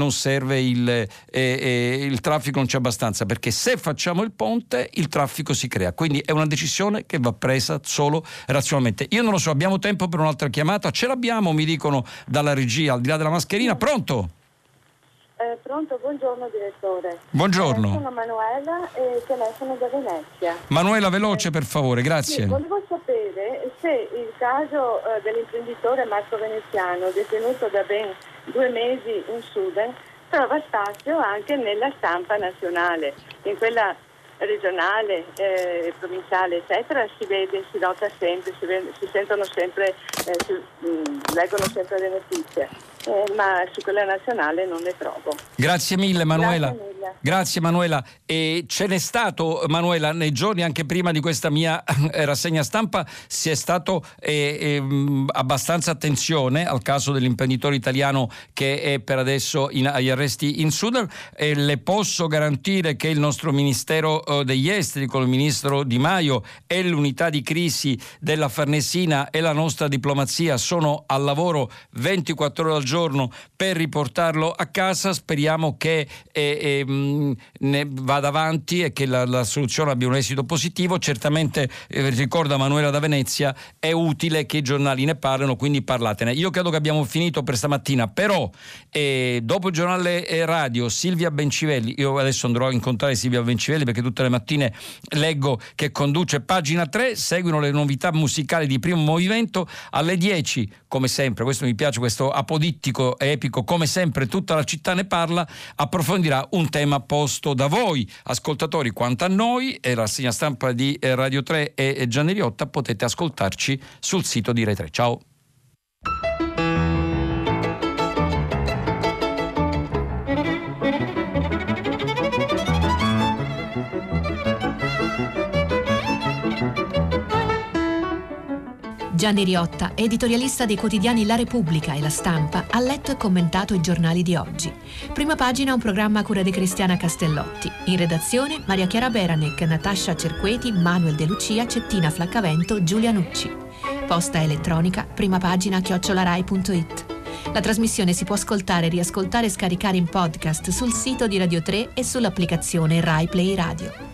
Speaker 2: traffico, non c'è abbastanza, perché se facciamo il ponte il traffico si crea, quindi è una decisione che va presa solo razionalmente. Io non lo so, abbiamo tempo per un'altra chiamata? Ce l'abbiamo, mi dicono dalla regia, al di là della mascherina. Pronto?
Speaker 10: Pronto, buongiorno direttore.
Speaker 2: Buongiorno.
Speaker 10: Sono Manuela e telefono da Venezia.
Speaker 2: Manuela, veloce per favore, grazie.
Speaker 10: Sì, volevo sapere se il caso dell'imprenditore Marco Veneziano, detenuto da ben 2 mesi in Sudan, trova spazio anche nella stampa nazionale, in quella regionale, provinciale, eccetera. Si vede, si nota sempre, si sentono sempre, leggono sempre le notizie, ma su quella nazionale non ne trovo.
Speaker 2: Grazie mille Manuela. Grazie Manuela. E ce n'è stato, Manuela, nei giorni anche prima di questa mia rassegna stampa si è stato abbastanza attenzione al caso dell'imprenditore italiano che è per adesso agli arresti in Sudan, e le posso garantire che il nostro Ministero degli Esteri con il ministro Di Maio e l'unità di crisi della Farnesina e la nostra diplomazia sono al lavoro 24 ore al giorno per riportarlo a casa. Speriamo che ne vada avanti e che la soluzione abbia un esito positivo. Certamente, ricorda Manuela da Venezia, è utile che i giornali ne parlino, quindi parlatene. Io credo che abbiamo finito per stamattina, però dopo il giornale radio Silvia Bencivelli, io adesso andrò a incontrare Silvia Bencivelli perché tutte le mattine leggo che conduce Pagina 3, seguono le novità musicali di Primo Movimento alle 10, come sempre, questo mi piace, questo apodittico epico, come sempre tutta la città ne parla, approfondirà un tema posto da voi ascoltatori quanto a noi, e la rassegna stampa di Radio 3 e Gianni Riotta potete ascoltarci sul sito di Rai 3. Ciao.
Speaker 1: Gianni Riotta, editorialista dei quotidiani La Repubblica e La Stampa, ha letto e commentato i giornali di oggi. Prima Pagina è un programma a cura di Cristiana Castellotti. In redazione Maria Chiara Beranec, Natascia Cerqueti, Manuel De Lucia, Cettina Flaccavento, Giulia Nucci. Posta elettronica primapagina@rai.it. La trasmissione si può ascoltare, riascoltare e scaricare in podcast sul sito di Radio 3 e sull'applicazione Rai Play Radio.